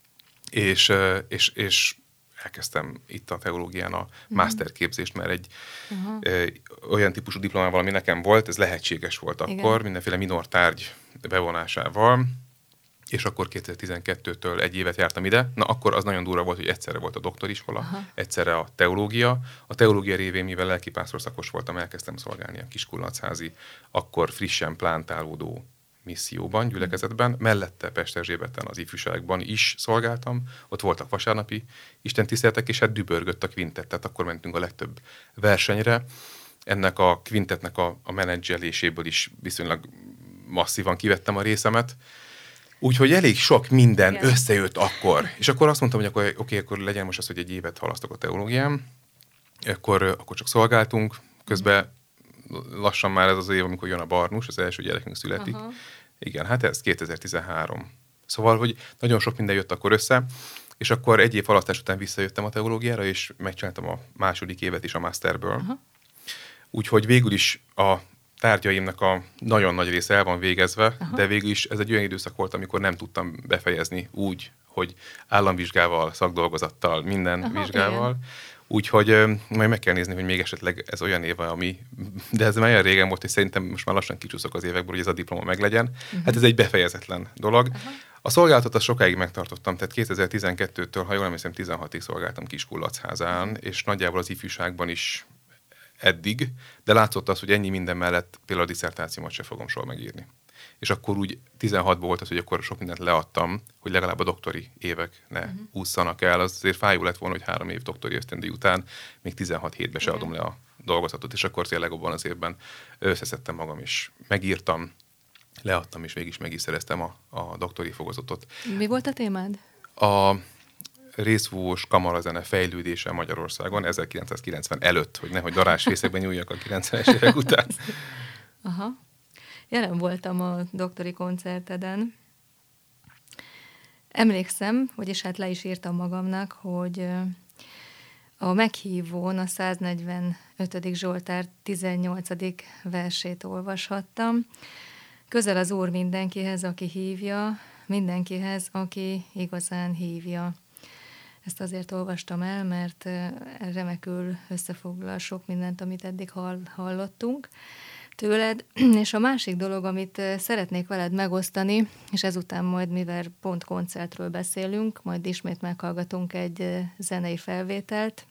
És, és, és elkezdtem itt a teológián a mm. masterképzést, mert egy uh-huh. ö, olyan típusú diplomával, ami nekem volt, ez lehetséges volt akkor, igen. mindenféle minor tárgy bevonásával, és akkor kétezer-tizenkettőtől egy évet jártam ide. Na akkor az nagyon durva volt, hogy egyszerre volt a doktoriskola, aha. egyszerre a teológia. A teológia révén, mivel lelkipásztor szakos voltam, elkezdtem szolgálni a Kiskunlachházi, akkor frissen plántálódó misszióban, gyülekezetben. Mellette Pesterzsébeten az ifjúságban is szolgáltam. Ott voltak vasárnapi istentiszteletek, és hát dübörgött a kvintet, tehát akkor mentünk a legtöbb versenyre. Ennek a kvintetnek a, a menedzseléséből is viszonylag masszívan kivettem a részemet. Úgyhogy elég sok minden igen. összejött akkor. És akkor azt mondtam, hogy akkor, oké, okay, akkor legyen most az, hogy egy évet halasztok a teológiám, akkor, akkor csak szolgáltunk, közben lassan már ez az év, amikor jön a Barnus, az első gyerekünk születik. Aha. Igen, hát ez kétezer-tizenhárom. Szóval, hogy nagyon sok minden jött akkor össze, és akkor egy év halasztás után visszajöttem a teológiára, és megcsináltam a második évet is a masterből. Aha. Úgyhogy végül is a tárgyaimnak a nagyon nagy része el van végezve, Aha. de végül is ez egy olyan időszak volt, amikor nem tudtam befejezni úgy, hogy államvizsgával, szakdolgozattal, minden Aha, vizsgával. igen. Úgyhogy ö, majd meg kell nézni, hogy még esetleg ez olyan éve, ami... De ez már olyan régen volt, hogy szerintem most már lassan kicsúszok az évekből, hogy ez a diploma meglegyen. Uh-huh. Hát ez egy befejezetlen dolog. Uh-huh. A szolgálatot azt sokáig megtartottam, tehát kétezer-tizenkettőtől, ha jól emlékszem, tizenhatig szolgáltam Kiskullacházán, és nagyjából az ifjúságban is eddig, de látszott az, hogy ennyi minden mellett például a disszertációmat se fogom soha megírni. És akkor úgy tizenhatban volt az, hogy akkor sok mindent leadtam, hogy legalább a doktori évek ne uh-huh. ússzanak el. Az azért fájó lett volna, hogy három év doktori ösztöndíj után még tizenhat hétben se adom le a dolgozatot, és akkor tényleg abban az évben összeszedtem magam, és megírtam, leadtam, és végig is meg is szereztem a, a doktori fokozatot. Mi volt a témád? A részfúvós kamarazene fejlődése Magyarországon ezerkilencszázkilencven előtt, hogy nehogy darásfészekben nyúljak a kilencvenes évek után. Aha. Jelen voltam a doktori koncerteden. Emlékszem, vagyis hát le is írtam magamnak, hogy a meghívón a száznegyvenötödik Zsoltár tizennyolcadik versét olvashattam. Közel az Úr mindenkihez, aki hívja, mindenkihez, aki igazán hívja. Ezt azért olvastam el, mert remekül összefoglal sok mindent, amit eddig hall, hallottunk tőled. És a másik dolog, amit szeretnék veled megosztani, és ezután majd, mivel pont koncertről beszélünk, majd ismét meghallgatunk egy zenei felvételt.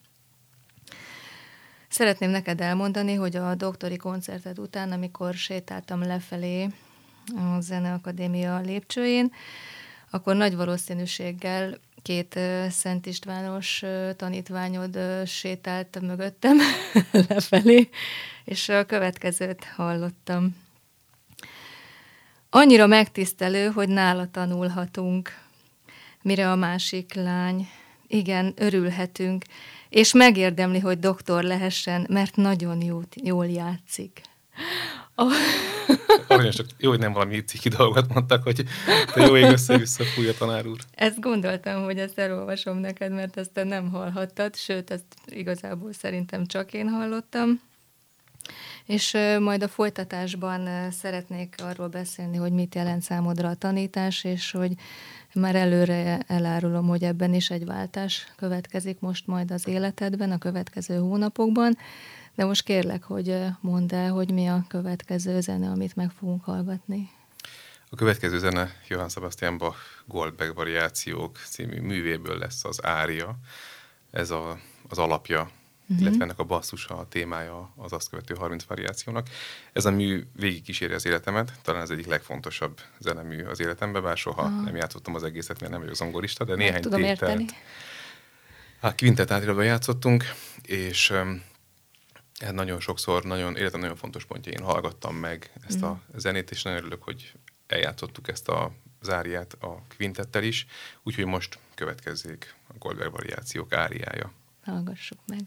Szeretném neked elmondani, hogy a doktori koncerted után, amikor sétáltam lefelé a Zeneakadémia lépcsőjén, akkor nagy valószínűséggel két Szent Istvános tanítványod sétált mögöttem lefelé, és a következőt hallottam. Annyira megtisztelő, hogy nála tanulhatunk. Mire a másik lány, igen, örülhetünk, és megérdemli, hogy doktor lehessen, mert nagyon jó, jól játszik. Oh. Olyan csak jó, hogy nem valami ciki dolgot mondtak, hogy te jó ég össze-vissza fúj a tanár úr. Ezt gondoltam, hogy ezt elolvasom neked, mert ezt te nem hallhattad, sőt, ezt igazából szerintem csak én hallottam. És majd a folytatásban szeretnék arról beszélni, hogy mit jelent számodra a tanítás, és hogy már előre elárulom, hogy ebben is egy váltás következik most majd az életedben, a következő hónapokban. De most kérlek, hogy mondd el, hogy mi a következő zene, amit meg fogunk hallgatni. A következő zene Johann Sebastian Bach Goldberg variációk című művéből lesz az ária. Ez a, az alapja, uh-huh. illetve ennek a basszusa, a témája az azt követő harminc variációnak. Ez a mű végig kíséri az életemet, talán ez egyik legfontosabb zenemű az életemben, bár soha uh-huh. nem játszottam az egészet, mert nem vagyok zongorista, de néhány tudom érteni. Hát kvintet átiratban játszottunk, és hát nagyon sokszor, nagyon, életem nagyon fontos pontjain hallgattam meg ezt a zenét, és nagyon örülök, hogy eljátszottuk ezt a záriát a kvintettel is, úgyhogy most következzék a Goldberg variációk áriája. Hallgassuk meg.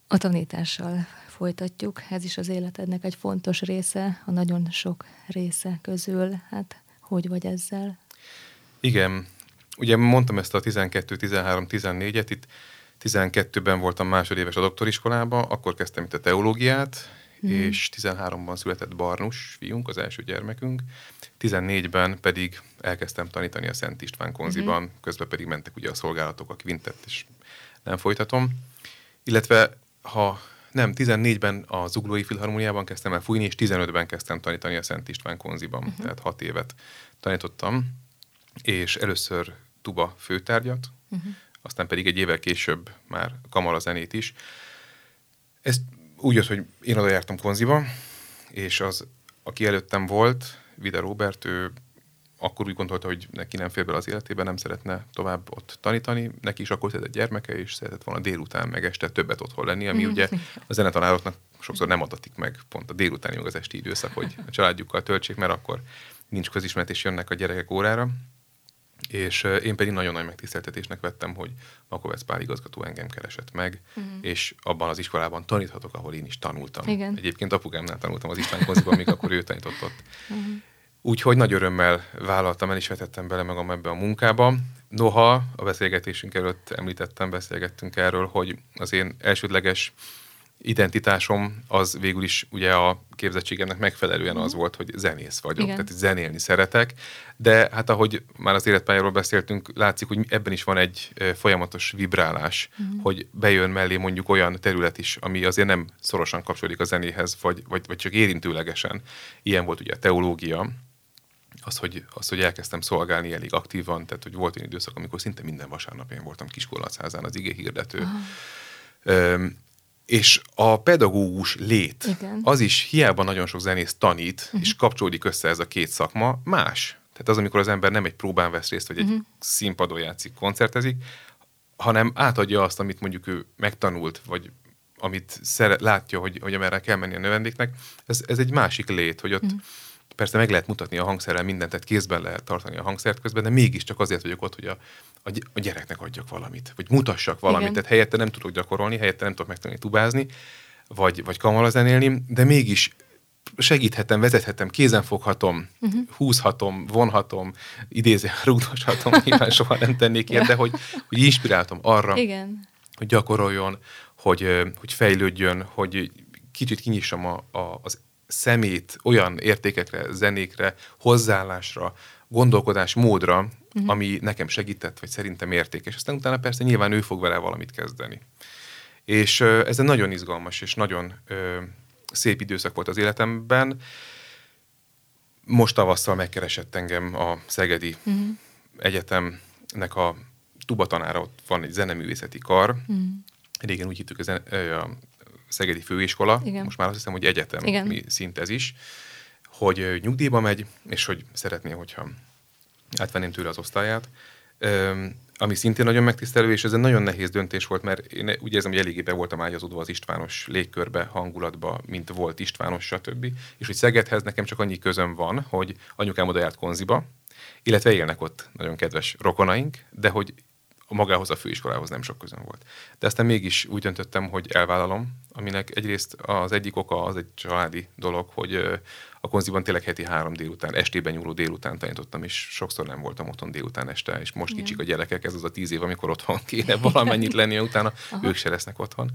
A tanítással folytatjuk. Ez is az életednek egy fontos része, a nagyon sok része közül. Hát hogy vagy ezzel? Igen. Ugye mondtam ezt a tizenkettő, tizenhárom, tizennégyet, itt tizenkettőben voltam másodéves a doktoriskolába, akkor kezdtem itt a teológiát, mm. és tizenháromban született Barnus fiunk, az első gyermekünk, tizennégyben pedig elkezdtem tanítani a Szent István konziban, mm. közben pedig mentek ugye a szolgálatok, a kvintett, és nem folytatom. Illetve, ha nem, tizennégyben a Zuglói Filharmóniában kezdtem el fújni, és tizenötben kezdtem tanítani a Szent István konziban, uh-huh. tehát hat évet tanítottam, és először tuba főtárgyat, uh-huh. aztán pedig egy évvel később már kamarazenét is. Ez úgy jött, hogy én oda jártam konziba, és az, aki előttem volt, Vida Róbert, ő akkor úgy gondolta, hogy neki nem fér bele az életében, nem szeretne tovább ott tanítani. Neki is akkor született gyermeke, és szeretett volna délután meg este többet otthon lenni, ami mm. ugye a zenetanároknak sokszor nem adatik meg pont a délutáni, meg az esti időszak, hogy a családjukkal töltsék, mert akkor nincs közismeret, és jönnek a gyerekek órára. És én pedig nagyon nagy megtiszteltetésnek vettem, hogy Makovec Pál igazgató engem keresett meg, mm. és abban az iskolában taníthatok, ahol én is tanultam. Igen. Egyébként apukámnál tanultam az István konziban, még akkor ő tanított ott. Mm. Úgyhogy nagy örömmel vállaltam el, és vetettem bele magam ebbe a munkába. Noha a beszélgetésünk előtt említettem, beszélgettünk erről, hogy az én elsődleges identitásom az végül is ugye a képzettségemnek megfelelően az volt, hogy zenész vagyok, igen. tehát zenélni szeretek, de hát ahogy már az életpályáról beszéltünk, látszik, hogy ebben is van egy folyamatos vibrálás, uh-huh. hogy bejön mellé mondjuk olyan terület is, ami azért nem szorosan kapcsolódik a zenéhez, vagy, vagy, vagy csak érintőlegesen. Ilyen volt ugye a teológia, az hogy, az, hogy elkezdtem szolgálni elég aktívan, tehát hogy volt egy időszak, amikor szinte minden vasárnap én voltam Kiskolacházán az ige hirdető. Uh-huh. És a pedagógus lét, igen. az is hiába nagyon sok zenész tanít, uh-huh. és kapcsolódik össze ez a két szakma, más. Tehát az, amikor az ember nem egy próbán vesz részt, vagy egy uh-huh. színpadon játszik, koncertezik, hanem átadja azt, amit mondjuk ő megtanult, vagy amit szeret, látja, hogy, hogy amerre kell menni a növendéknek. Ez, ez egy másik lét, hogy ott uh-huh. persze meg lehet mutatni a hangszerrel mindent, tehát kézben lehet tartani a hangszert közben, de mégiscsak azért vagyok ott, hogy a, a gyereknek adjak valamit, vagy mutassak valamit. Igen. Tehát helyette nem tudok gyakorolni, helyette nem tudok megtanulni tubázni, vagy, vagy kamarazenélni, de mégis segíthetem, vezethetem, kézen foghatom, uh-huh. húzhatom, vonhatom, idézően rúgdoshatom, nyilván soha nem tennék ilyet, de hogy, hogy inspiráltam arra, igen. hogy gyakoroljon, hogy, hogy fejlődjön, hogy kicsit kinyissam a, a, az szemét olyan értékekre, zenékre, hozzáállásra, gondolkodásmódra, uh-huh. ami nekem segített, vagy szerintem értékes. Aztán utána persze nyilván ő fog vele valamit kezdeni. És uh, ez egy nagyon izgalmas és nagyon uh, szép időszak volt az életemben. Most tavasszal megkeresett engem a Szegedi uh-huh. Egyetemnek a tubatanára, ott van egy zeneművészeti kar. Uh-huh. Régen úgy hittük, a, a Szegedi Főiskola, igen. most már azt hiszem, hogy egyetem, igen. mi szint ez is, hogy nyugdíjba megy, és hogy szeretné, hogyha átvenném tőle az osztályát, ami szintén nagyon megtisztelő, és ez egy nagyon nehéz döntés volt, mert én úgy érzem, hogy eléggé be voltam ágyazódva az Istvános légkörbe, hangulatba, mint volt Istvános, stb. És hogy Szegedhez nekem csak annyi közöm van, hogy anyukám oda járt konziba, illetve élnek ott nagyon kedves rokonaink, de hogy magához a főiskolához nem sok közöm volt. De aztán mégis úgy döntöttem, hogy elvállalom, aminek egyrészt az egyik oka az egy családi dolog, hogy a konziban tényleg heti három délután, estében nyúló délután tanítottam, és sokszor nem voltam otthon délután este, és most igen. kicsik a gyerekek, ez az a tíz év, amikor otthon kéne valamennyit lenni, utána aha. ők se lesznek otthon.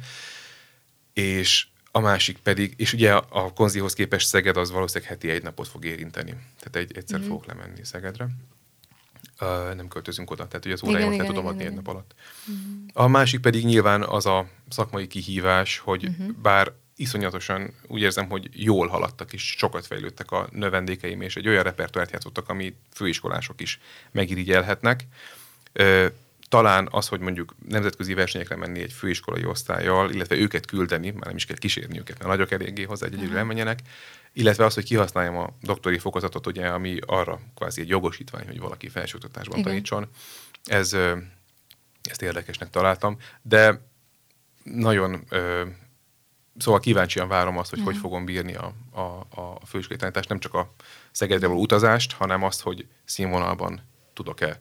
És a másik pedig, és ugye a konzihoz képest Szeged az valószínűleg heti egy napot fog érinteni. Tehát egy, egyszer mm. fogok lemenni Szegedre. Uh, nem költözünk oda, tehát ugye az óráimat le tudom adni egy nap alatt. Uh-huh. A másik pedig nyilván az a szakmai kihívás, hogy uh-huh. bár iszonyatosan úgy érzem, hogy jól haladtak és sokat fejlődtek a növendékeim, és egy olyan repertoárt játszottak, ami főiskolások is megirigyelhetnek. Uh, talán az, hogy mondjuk nemzetközi versenyekre menni egy főiskolai osztállyal, illetve őket küldeni, már nem is kell kísérni őket, mert nagyok eléggé hozzá, egy egyedül elmenjenek, illetve az, hogy kihasználjam a doktori fokozatot, ugye, ami arra kvázi egy jogosítvány, hogy valaki felsőoktatásban tanítson. Ez, ezt érdekesnek találtam, de nagyon, szóval kíváncsian várom azt, hogy uh-huh. hogy fogom bírni a, a, a főiskolai tanítást, nem csak a Szegedre való utazást, hanem azt, hogy színvonalban tudok-e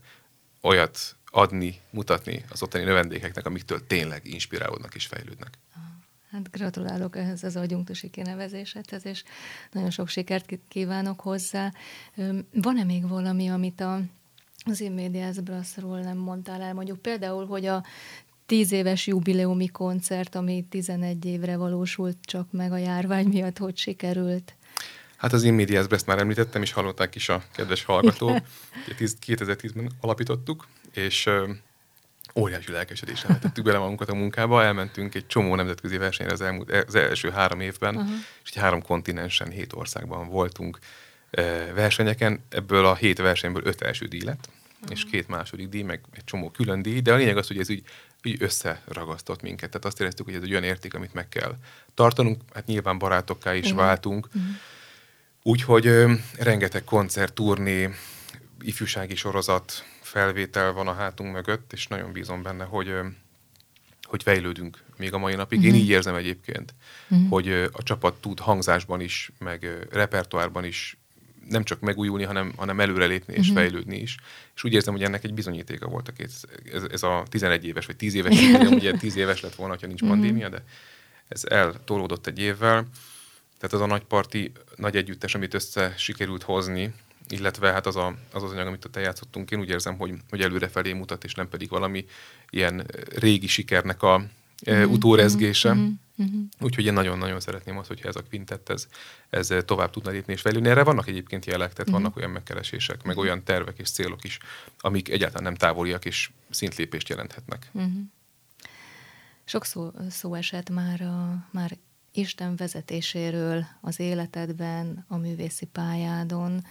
olyat adni, mutatni az ottani növendékeknek, amiktől tényleg inspirálódnak és fejlődnek. Hát gratulálok ehhez az adjunktusi kinevezésedhez, és nagyon sok sikert kívánok hozzá. Van-e még valami, amit a, az In Medias Brassról nem mondtál el? Mondjuk például, hogy a tíz éves jubileumi koncert, ami tizenegy évre valósult csak meg a járvány miatt, hogy sikerült? Hát az In Medias Brass már említettem, és hallották is a kedves hallgatók. kétezer-tízben alapítottuk, és óriási lelkesedéssel vetettük bele magunkat a munkába, elmentünk egy csomó nemzetközi versenyre az, elmúlt, az első három évben, uh-huh. és egy három kontinensen, hét országban voltunk versenyeken, ebből a hét versenyből öt első díj lett, uh-huh. és két második díj, meg egy csomó külön díj, de a lényeg az, hogy ez úgy, úgy összeragasztott minket, tehát azt éreztük, hogy ez egy olyan érték, amit meg kell tartanunk, hát nyilván barátokká is uh-huh. váltunk, uh-huh. úgyhogy ö, rengeteg koncert, turné, ifjúsági sorozat, felvétel van a hátunk mögött, és nagyon bízom benne, hogy, hogy fejlődünk még a mai napig. Uh-huh. Én így érzem egyébként, uh-huh. hogy a csapat tud hangzásban is, meg repertoárban is nem csak megújulni, hanem, hanem előrelépni és uh-huh. fejlődni is. És úgy érzem, hogy ennek egy bizonyítéka volt a két, ez, ez a tizenegy éves, vagy tíz éves, ugye tíz éves lett volna, ha nincs uh-huh. pandémia, de ez eltolódott egy évvel. Tehát az a nagy parti, nagy együttes, amit össze sikerült hozni, illetve hát az, a, az az anyag, amit ott eljátszottunk, én úgy érzem, hogy, hogy előrefelé mutat, és nem pedig valami ilyen régi sikernek a mm-hmm. utórezgése. Mm-hmm. Úgyhogy én nagyon-nagyon szeretném azt, hogyha ez a kvintett, ez, ez tovább tudna lépni és fejlődni. Erre vannak egyébként jelek, tehát mm-hmm. vannak olyan megkeresések, meg olyan tervek és célok is, amik egyáltalán nem távoliak, és szintlépést jelenthetnek. Mm-hmm. Sok szó, szó esett már, a, már Isten vezetéséről az életedben, a művészi pályádon.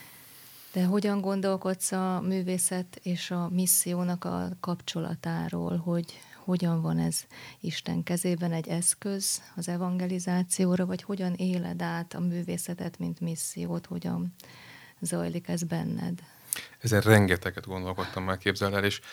De hogyan gondolkodsz a művészet és a missziónak a kapcsolatáról, hogy hogyan van ez Isten kezében egy eszköz az evangelizációra, vagy hogyan éled át a művészetet, mint missziót, hogyan zajlik ez benned? Ezen rengeteget gondolkodtam már, képzeld el, és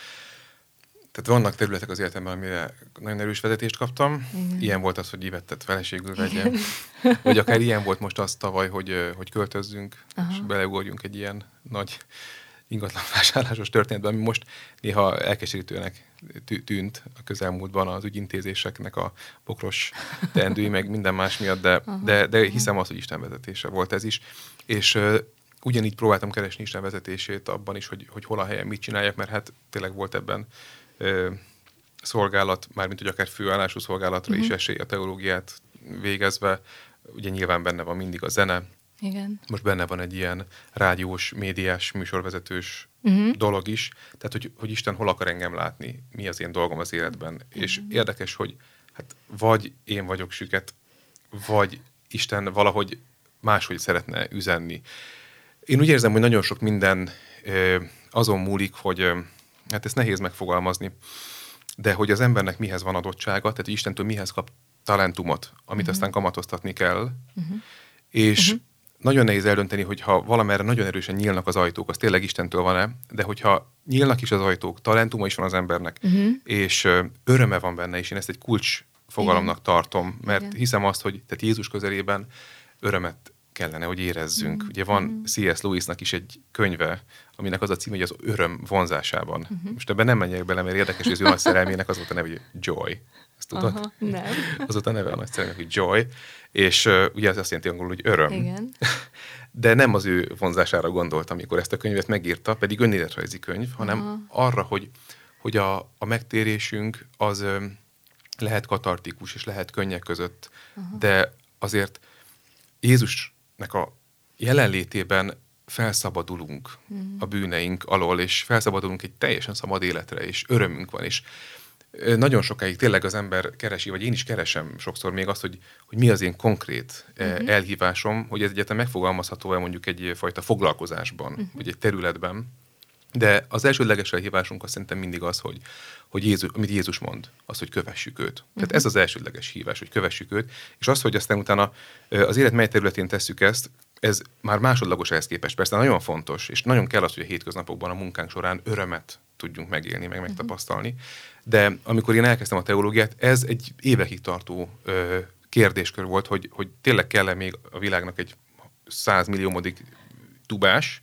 tehát vannak területek az életemben, amire nagyon erős vezetést kaptam. Igen. Ilyen volt az, hogy Ivettet feleségül vegye. Vagy akár ilyen volt most az tavaly, hogy, hogy költözzünk, aha. és beleugorjunk egy ilyen nagy ingatlan vásárlásos történetben, ami most néha elkeserítőnek tűnt a közelmúltban az ügyintézéseknek a bokros teendői, meg minden más miatt, de, de, de hiszem azt, hogy Isten vezetése volt ez is. És uh, ugyanígy próbáltam keresni Isten vezetését abban is, hogy, hogy hol a helyen mit csináljak, mert hát tényleg volt ebben uh, szolgálat, mármint hogy akár főállású szolgálatra uh-huh. is esély a teológiát végezve. Ugye nyilván benne van mindig a zene. Igen. Most benne van egy ilyen rádiós, médiás, műsorvezetős uh-huh. dolog is. Tehát, hogy, hogy Isten hol akar engem látni, mi az én dolgom az életben. Uh-huh. És érdekes, hogy hát vagy én vagyok süket, vagy Isten valahogy máshogy szeretne üzenni. Én úgy érzem, hogy nagyon sok minden ö, azon múlik, hogy ö, hát ezt nehéz megfogalmazni, de hogy az embernek mihez van adottsága, tehát hogy Istentől mihez kap talentumot, amit uh-huh. aztán kamatoztatni kell. Uh-huh. És uh-huh. nagyon nehéz eldönteni, hogyha valamerre nagyon erősen nyílnak az ajtók, az tényleg Istentől van-e, de hogyha nyílnak is az ajtók, talentuma is van az embernek, uh-huh. és ö, öröme van benne, és én ezt egy kulcs fogalomnak igen. tartom, mert igen. hiszem azt, hogy tehát Jézus közelében örömet kellene, hogy érezzünk. Uh-huh. Ugye van uh-huh. cé es. Lewisnak is egy könyve, aminek az a címe, hogy az öröm vonzásában. Uh-huh. Most ebben nem menjek bele, mert érdekes, hogy az ő nagy szerelmének az volt a neve, hogy Joy. Ezt tudod? Aha, nem. Az volt a neve a nagy szerelmének, hogy Joy, és uh, ugye ez azt jelenti angolul, hogy öröm. Igen. De nem az ő vonzására gondolt, amikor ezt a könyvet megírta, pedig önéletrajzi könyv, hanem aha. arra, hogy, hogy a, a megtérésünk az um, lehet katartikus, és lehet könnyek között, aha. de azért Jézusnak a jelenlétében felszabadulunk mm. a bűneink alól, és felszabadulunk egy teljesen szabad életre, és örömünk van, és nagyon sokáig tényleg az ember keresi, vagy én is keresem sokszor még azt, hogy, hogy mi az én konkrét mm-hmm. elhívásom, hogy ez egyáltalán megfogalmazható-e mondjuk egyfajta foglalkozásban, mm-hmm. vagy egy területben. De az elsődleges elhívásunk azt szerintem mindig az, hogy, hogy Jézus, amit Jézus mond, az, hogy kövessük őt. Uh-huh. Tehát ez az elsődleges hívás, hogy kövessük őt, és az, hogy aztán utána az élet mely területén tesszük ezt, ez már másodlagos ehhez képest. Persze nagyon fontos, és nagyon kell az, hogy a hétköznapokban, a munkánk során örömet tudjunk megélni, meg megtapasztalni. Uh-huh. De amikor én elkezdtem a teológiát, ez egy évekig tartó ö, kérdéskör volt, hogy, hogy tényleg kell-e még a világnak egy százmilliómodik tubás,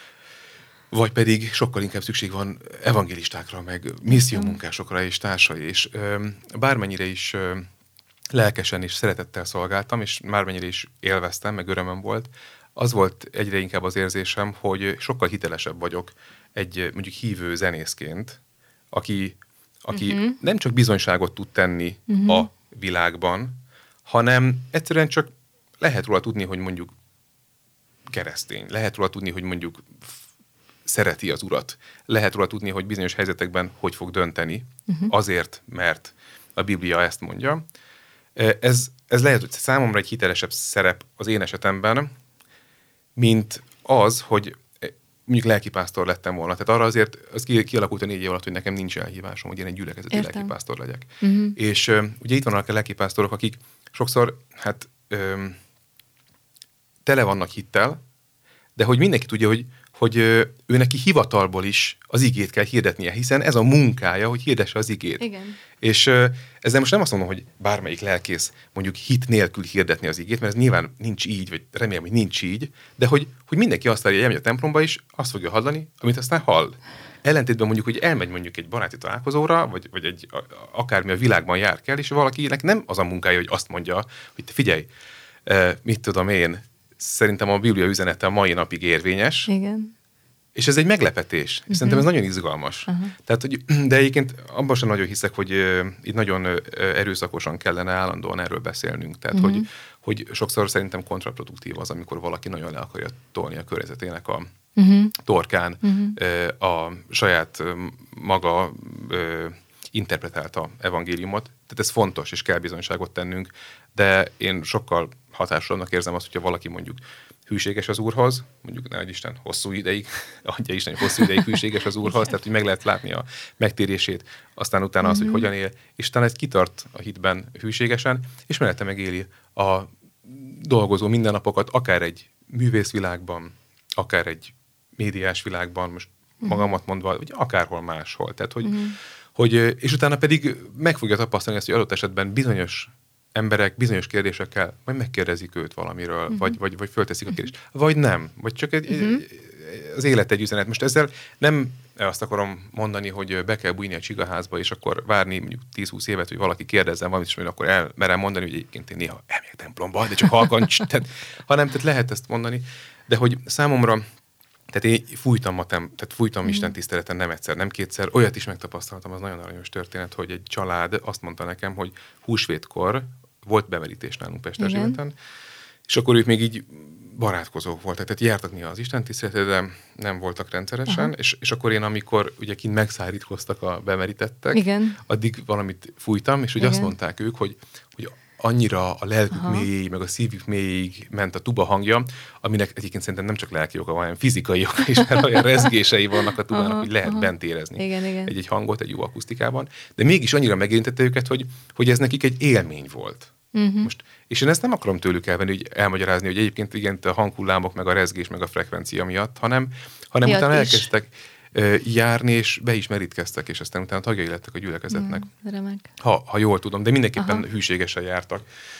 vagy pedig sokkal inkább szükség van evangélistákra, meg missziómunkásokra és társai. És ö, bármennyire is ö, lelkesen és szeretettel szolgáltam, és mármennyire is élveztem, meg örömöm volt, az volt egyre inkább az érzésem, hogy sokkal hitelesebb vagyok egy mondjuk hívő zenészként, aki, aki uh-huh. nem csak bizonyságot tud tenni uh-huh. a világban, hanem egyszerűen csak lehet róla tudni, hogy mondjuk keresztény, lehet róla tudni, hogy mondjuk szereti az Urat, lehet róla tudni, hogy bizonyos helyzetekben hogy fog dönteni, uh-huh. azért, mert a Biblia ezt mondja. Ez, ez lehet, hogy számomra egy hitelesebb szerep az én esetemben, mint az, hogy mondjuk lelkipásztor lettem volna. Tehát arra azért az kialakult a négy év alatt, hogy nekem nincs elhívásom, hogy én egy gyülekezeti Értem. lelkipásztor legyek. Uh-huh. És uh, ugye itt vannak a lelkipásztorok, akik sokszor hát um, tele vannak hittel, de hogy mindenki tudja, hogy, hogy ő neki hivatalból is az igét kell hirdetnie, hiszen ez a munkája, hogy hirdesse az igét. Igen. És ezzel most nem azt mondom, hogy bármelyik lelkész mondjuk hit nélkül hirdetni az igét, mert ez nyilván nincs így, vagy remélem, hogy nincs így, de hogy, hogy mindenki azt várja, hogy elmegy a templomba is, azt fogja hallani, amit aztán hall. Ellentétben mondjuk, hogy elmegy mondjuk egy baráti találkozóra, vagy, vagy egy akármi a világban jár kell, és valakinek nem az a munkája, hogy azt mondja, hogy te figyelj, mit tudom én, szerintem a Biblia üzenete a mai napig érvényes. Igen. És ez egy meglepetés. Uh-huh. Szerintem ez nagyon izgalmas. Uh-huh. Tehát, hogy, de egyébként abban sem nagyon hiszek, hogy uh, itt nagyon uh, erőszakosan kellene állandóan erről beszélnünk. Tehát, uh-huh. hogy, hogy sokszor szerintem kontraproduktív az, amikor valaki nagyon le akarja tolni a környezetének a uh-huh. torkán uh-huh. uh, a saját uh, maga uh, interpretálta evangéliumot. Tehát ez fontos, és kell bizonyságot tennünk, de én sokkal hatásosabbnak érzem azt, hogyha valaki mondjuk hűséges az Úrhoz, mondjuk nehogy Isten hosszú ideig, adja Isten, hogy hosszú ideig hűséges az Úrhoz, tehát hogy meg lehet látni a megtérését, aztán utána az, hogy hogyan él, és utána egy kitart a hitben hűségesen, és mellette megéli a dolgozó mindennapokat, akár egy művészvilágban, akár egy médiás világban, most magamat mondva, vagy akárhol máshol. Tehát, hogy, uh-huh. hogy, és utána pedig meg fogja tapasztalni ezt, hogy adott esetben bizonyos emberek bizonyos kérdésekkel majd megkérdezik őt valamiről, uh-huh. vagy, vagy, vagy fölteszik a kérdést, vagy nem, vagy csak egy, uh-huh. egy, az élet egy üzenet. Most ezzel nem azt akarom mondani, hogy be kell bújni a csigaházba, és akkor várni mondjuk tíz-húsz évet, hogy valaki kérdezzen valamit, és akkor elmerem mondani, hogy egyébként én néha elmegyek templomba, de csak halkan, tehát, hanem tehát lehet ezt mondani, de hogy számomra, tehát én fújtam, a tem, tehát fújtam mm. Isten tiszteleten nem egyszer, nem kétszer, olyat is megtapasztaltam, az nagyon aranyos történet, hogy egy család azt mondta nekem, hogy húsvétkor volt bemerítés nálunk Pesterzsémeten, és akkor ők még így barátkozók voltak, tehát jártak néha az Isten tiszteletre, de nem voltak rendszeresen, és, és akkor én, amikor ugye kint megszárítkoztak a bemerítettek, igen. addig valamit fújtam, és ugye azt mondták ők, hogy, hogy annyira a lelkük Aha. mélyéig, meg a szívük mélyéig ment a tuba hangja, aminek egyébként szerintem nem csak lelki oka, hanem fizikai oka is, mert olyan rezgései vannak a tubának, Aha. hogy lehet Aha. bent érezni igen, igen. egy-egy hangot, egy jó akusztikában, de mégis annyira megérintette őket, hogy, hogy ez nekik egy élmény volt. Uh-huh. Most, és én ezt nem akarom tőlük elvenni, hogy elmagyarázni, hogy egyébként igen, a hanghullámok, meg a rezgés, meg a frekvencia miatt, hanem, hanem utána is. elkezdtek uh, járni, és be is merítkeztek, és aztán utána tagjai lettek a gyülekezetnek. Mm, remek. Ha, ha jól tudom, de mindenképpen Aha. hűségesen jártak.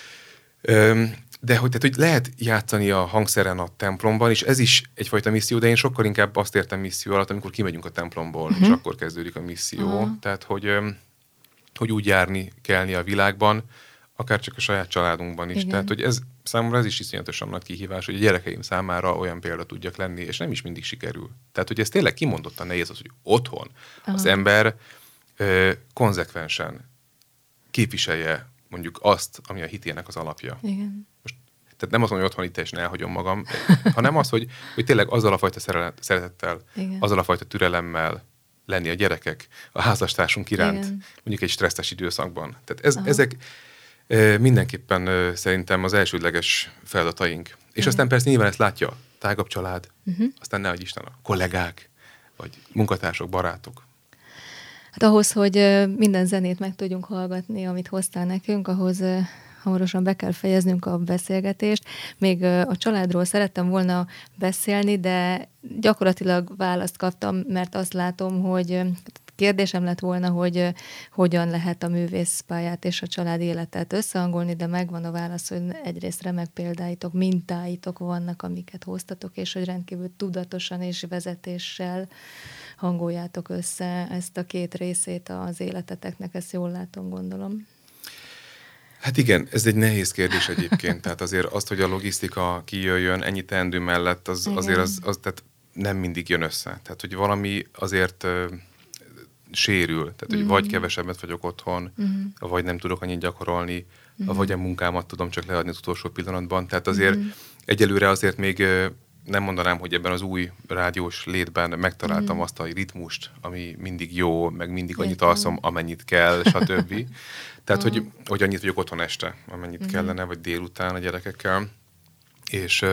Um, de hogy, tehát, hogy lehet játszani a hangszeren a templomban, és ez is egyfajta misszió, de én sokkal inkább azt értem misszió alatt, amikor kimegyünk a templomból, uh-huh. és akkor kezdődik a misszió. Uh-huh. Tehát, hogy, um, hogy úgy járni kellni a világban, akár csak a saját családunkban is. Igen. Tehát, hogy ez számomra ez is iszonyatosan nagy kihívás, hogy a gyerekeim számára olyan példa tudjak lenni, és nem is mindig sikerül. Tehát, hogy ez tényleg kimondottan nehéz az, hogy otthon Aha. az ember ö, konzekvensen képviselje mondjuk azt, ami a hitének az alapja. Igen. Most, tehát nem azt mondom, hogy otthon itt teljesen elhagyom magam, hanem az, hogy, hogy tényleg azzal a fajta szeretettel, Igen. azzal a fajta türelemmel lenni a gyerekek, a házastársunk iránt, Igen. mondjuk egy stresszes időszakban. Tehát ez, ezek mindenképpen szerintem az elsődleges feladataink. És uh-huh. aztán persze nyilván ezt látja tágabb család, uh-huh. aztán nehogy Isten a kollégák, vagy munkatársak, barátok. Hát ahhoz, hogy minden zenét meg tudjunk hallgatni, amit hoztál nekünk, ahhoz hamarosan be kell fejeznünk a beszélgetést. Még a családról szerettem volna beszélni, de gyakorlatilag választ kaptam, mert azt látom, hogy kérdésem lett volna, hogy hogyan lehet a művészpályát és a család életet összehangolni, de megvan a válasz, hogy egyrészt remek példáitok, mintáitok vannak, amiket hoztatok, és hogy rendkívül tudatosan és vezetéssel hangoljátok össze ezt a két részét az életeteknek, ezt jól látom, gondolom. Hát igen, ez egy nehéz kérdés egyébként. Tehát azért azt, hogy a logisztika kijöjjön ennyi teendő mellett, az, azért az, az tehát nem mindig jön össze. Tehát, hogy valami azért uh, sérül. Tehát, hogy mm. vagy kevesebbet vagyok otthon, mm. vagy nem tudok annyit gyakorolni, mm. vagy a munkámat tudom csak leadni az utolsó pillanatban. Tehát azért mm. egyelőre azért még uh, nem mondanám, hogy ebben az új rádiós létben megtaláltam mm. azt a ritmust, ami mindig jó, meg mindig annyit alszom, amennyit kell, stb. Tehát, uh-huh. hogy, hogy annyit vagyok otthon este, amennyit uh-huh. kellene, vagy délután a gyerekekkel. És,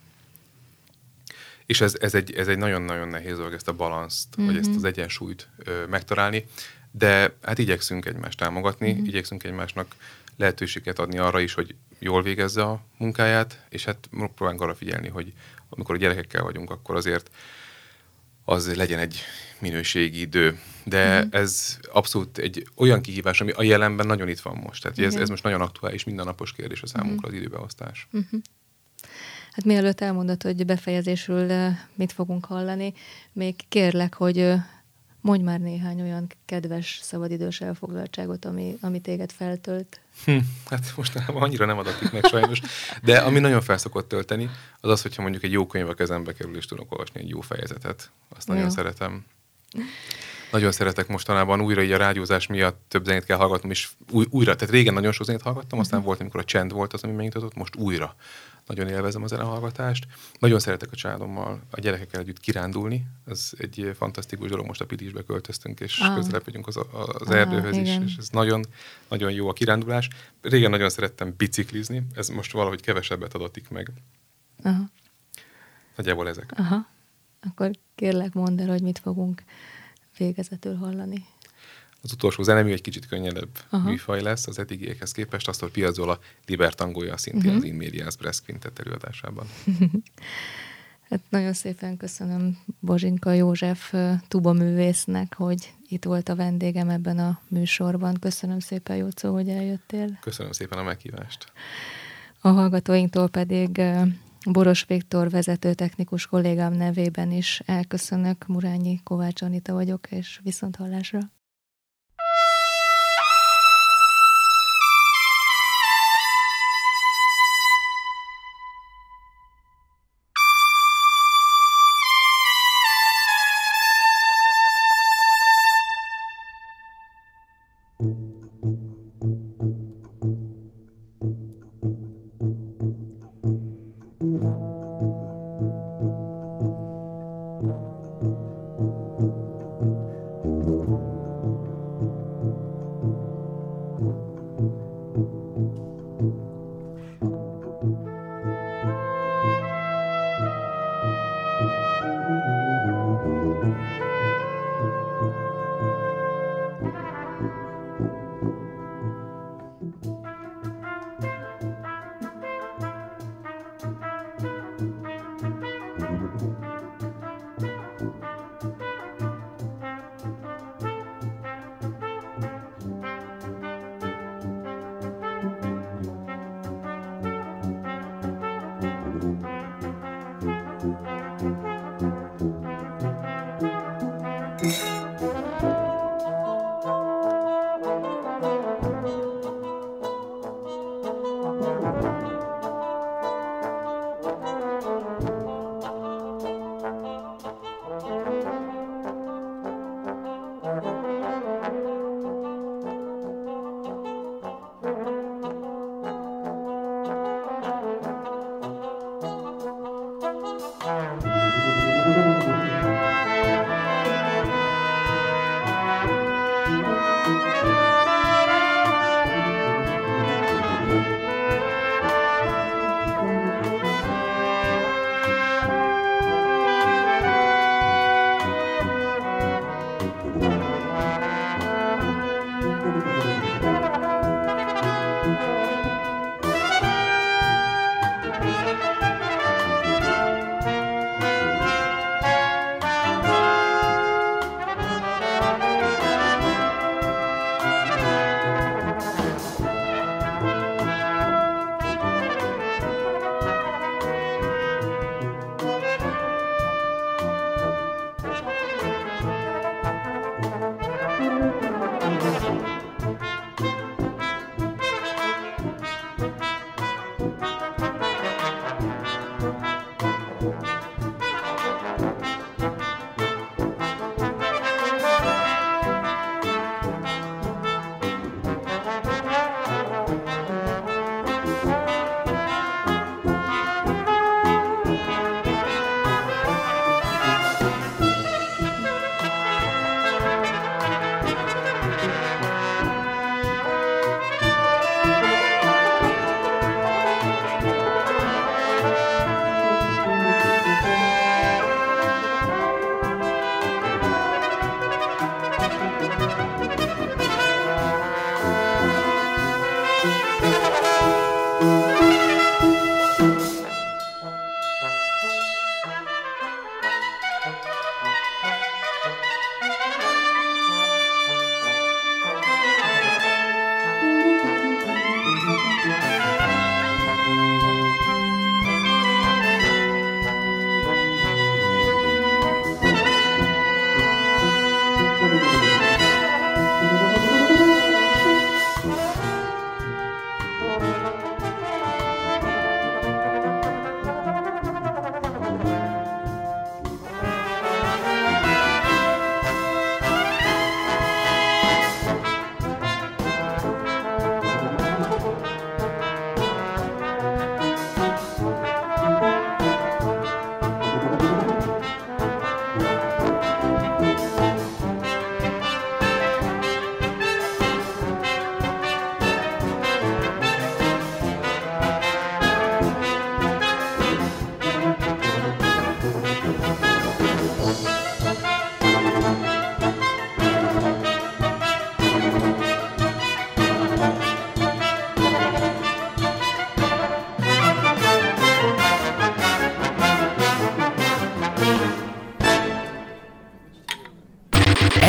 és ez, ez, egy, ez egy nagyon-nagyon nehéz dolog, ezt a balanszt, uh-huh. vagy ezt az egyensúlyt ö, megtalálni. De hát igyekszünk egymást támogatni, uh-huh. igyekszünk egymásnak lehetőséget adni arra is, hogy jól végezze a munkáját, és hát próbálunk arra figyelni, hogy amikor a gyerekekkel vagyunk, akkor azért az legyen egy minőségi idő. De uh-huh. ez abszolút egy olyan kihívás, ami a jelenben nagyon itt van most. Tehát ez, ez most nagyon aktuális, mindennapos kérdés a számunkra uh-huh. az időbeosztás. Uh-huh. Hát mielőtt elmondod, hogy befejezésül mit fogunk hallani, még kérlek, hogy mondj már néhány olyan kedves szabadidős elfoglaltságot, ami, ami téged feltölt. Hm, hát mostanában annyira nem adatik meg sajnos, de ami nagyon fel szokott tölteni, az az, hogyha mondjuk egy jó könyv a kezembe kerül, és tudok olvasni egy jó fejezetet. Azt nagyon jó. szeretem. Nagyon szeretek mostanában, újra így a rádiózás miatt több zenét kell hallgatnom, és új, újra, tehát régen nagyon sok zenét hallgattam, aztán uh-huh. volt, amikor a csend volt az, ami megnyugtatott, most újra. Nagyon élvezem a zenehallgatást. Nagyon szeretek a családommal, a gyerekekkel együtt kirándulni. Ez egy fantasztikus dolog, most a Pilisbe költöztünk, és ah. közelebb vagyunk az, az ah, erdőhöz is, és ez nagyon, nagyon jó a kirándulás. Régen nagyon szerettem biciklizni, ez most valahogy kevesebbet adatik meg. Aha. Nagyjából ezek. Aha. Akkor kérlek, mondd el, hogy mit fogunk végezetül hallani. Az utolsó zenemű egy kicsit könnyedebb Aha. műfaj lesz az eddigiekhez képest, azt, hogy Piazzolla Libertangója szintén uh-huh. az In Medias Res Quintet előadásában. Hát nagyon szépen köszönöm Bozsinka József tubaművésznek, hogy itt volt a vendégem ebben a műsorban. Köszönöm szépen, Jócó, hogy eljöttél. Köszönöm szépen a meghívást. A hallgatóinktól pedig Boros Viktor vezető technikus kollégám nevében is elköszönök. Murányi Kovács Anita vagyok, és viszont hallásra.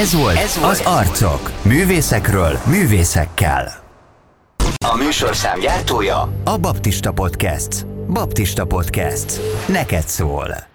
Ez volt, Ez volt az Arcok. Művészekről, művészekkel. A műsorszám gyártója a Baptista Podcast. Baptista Podcast. Neked szól.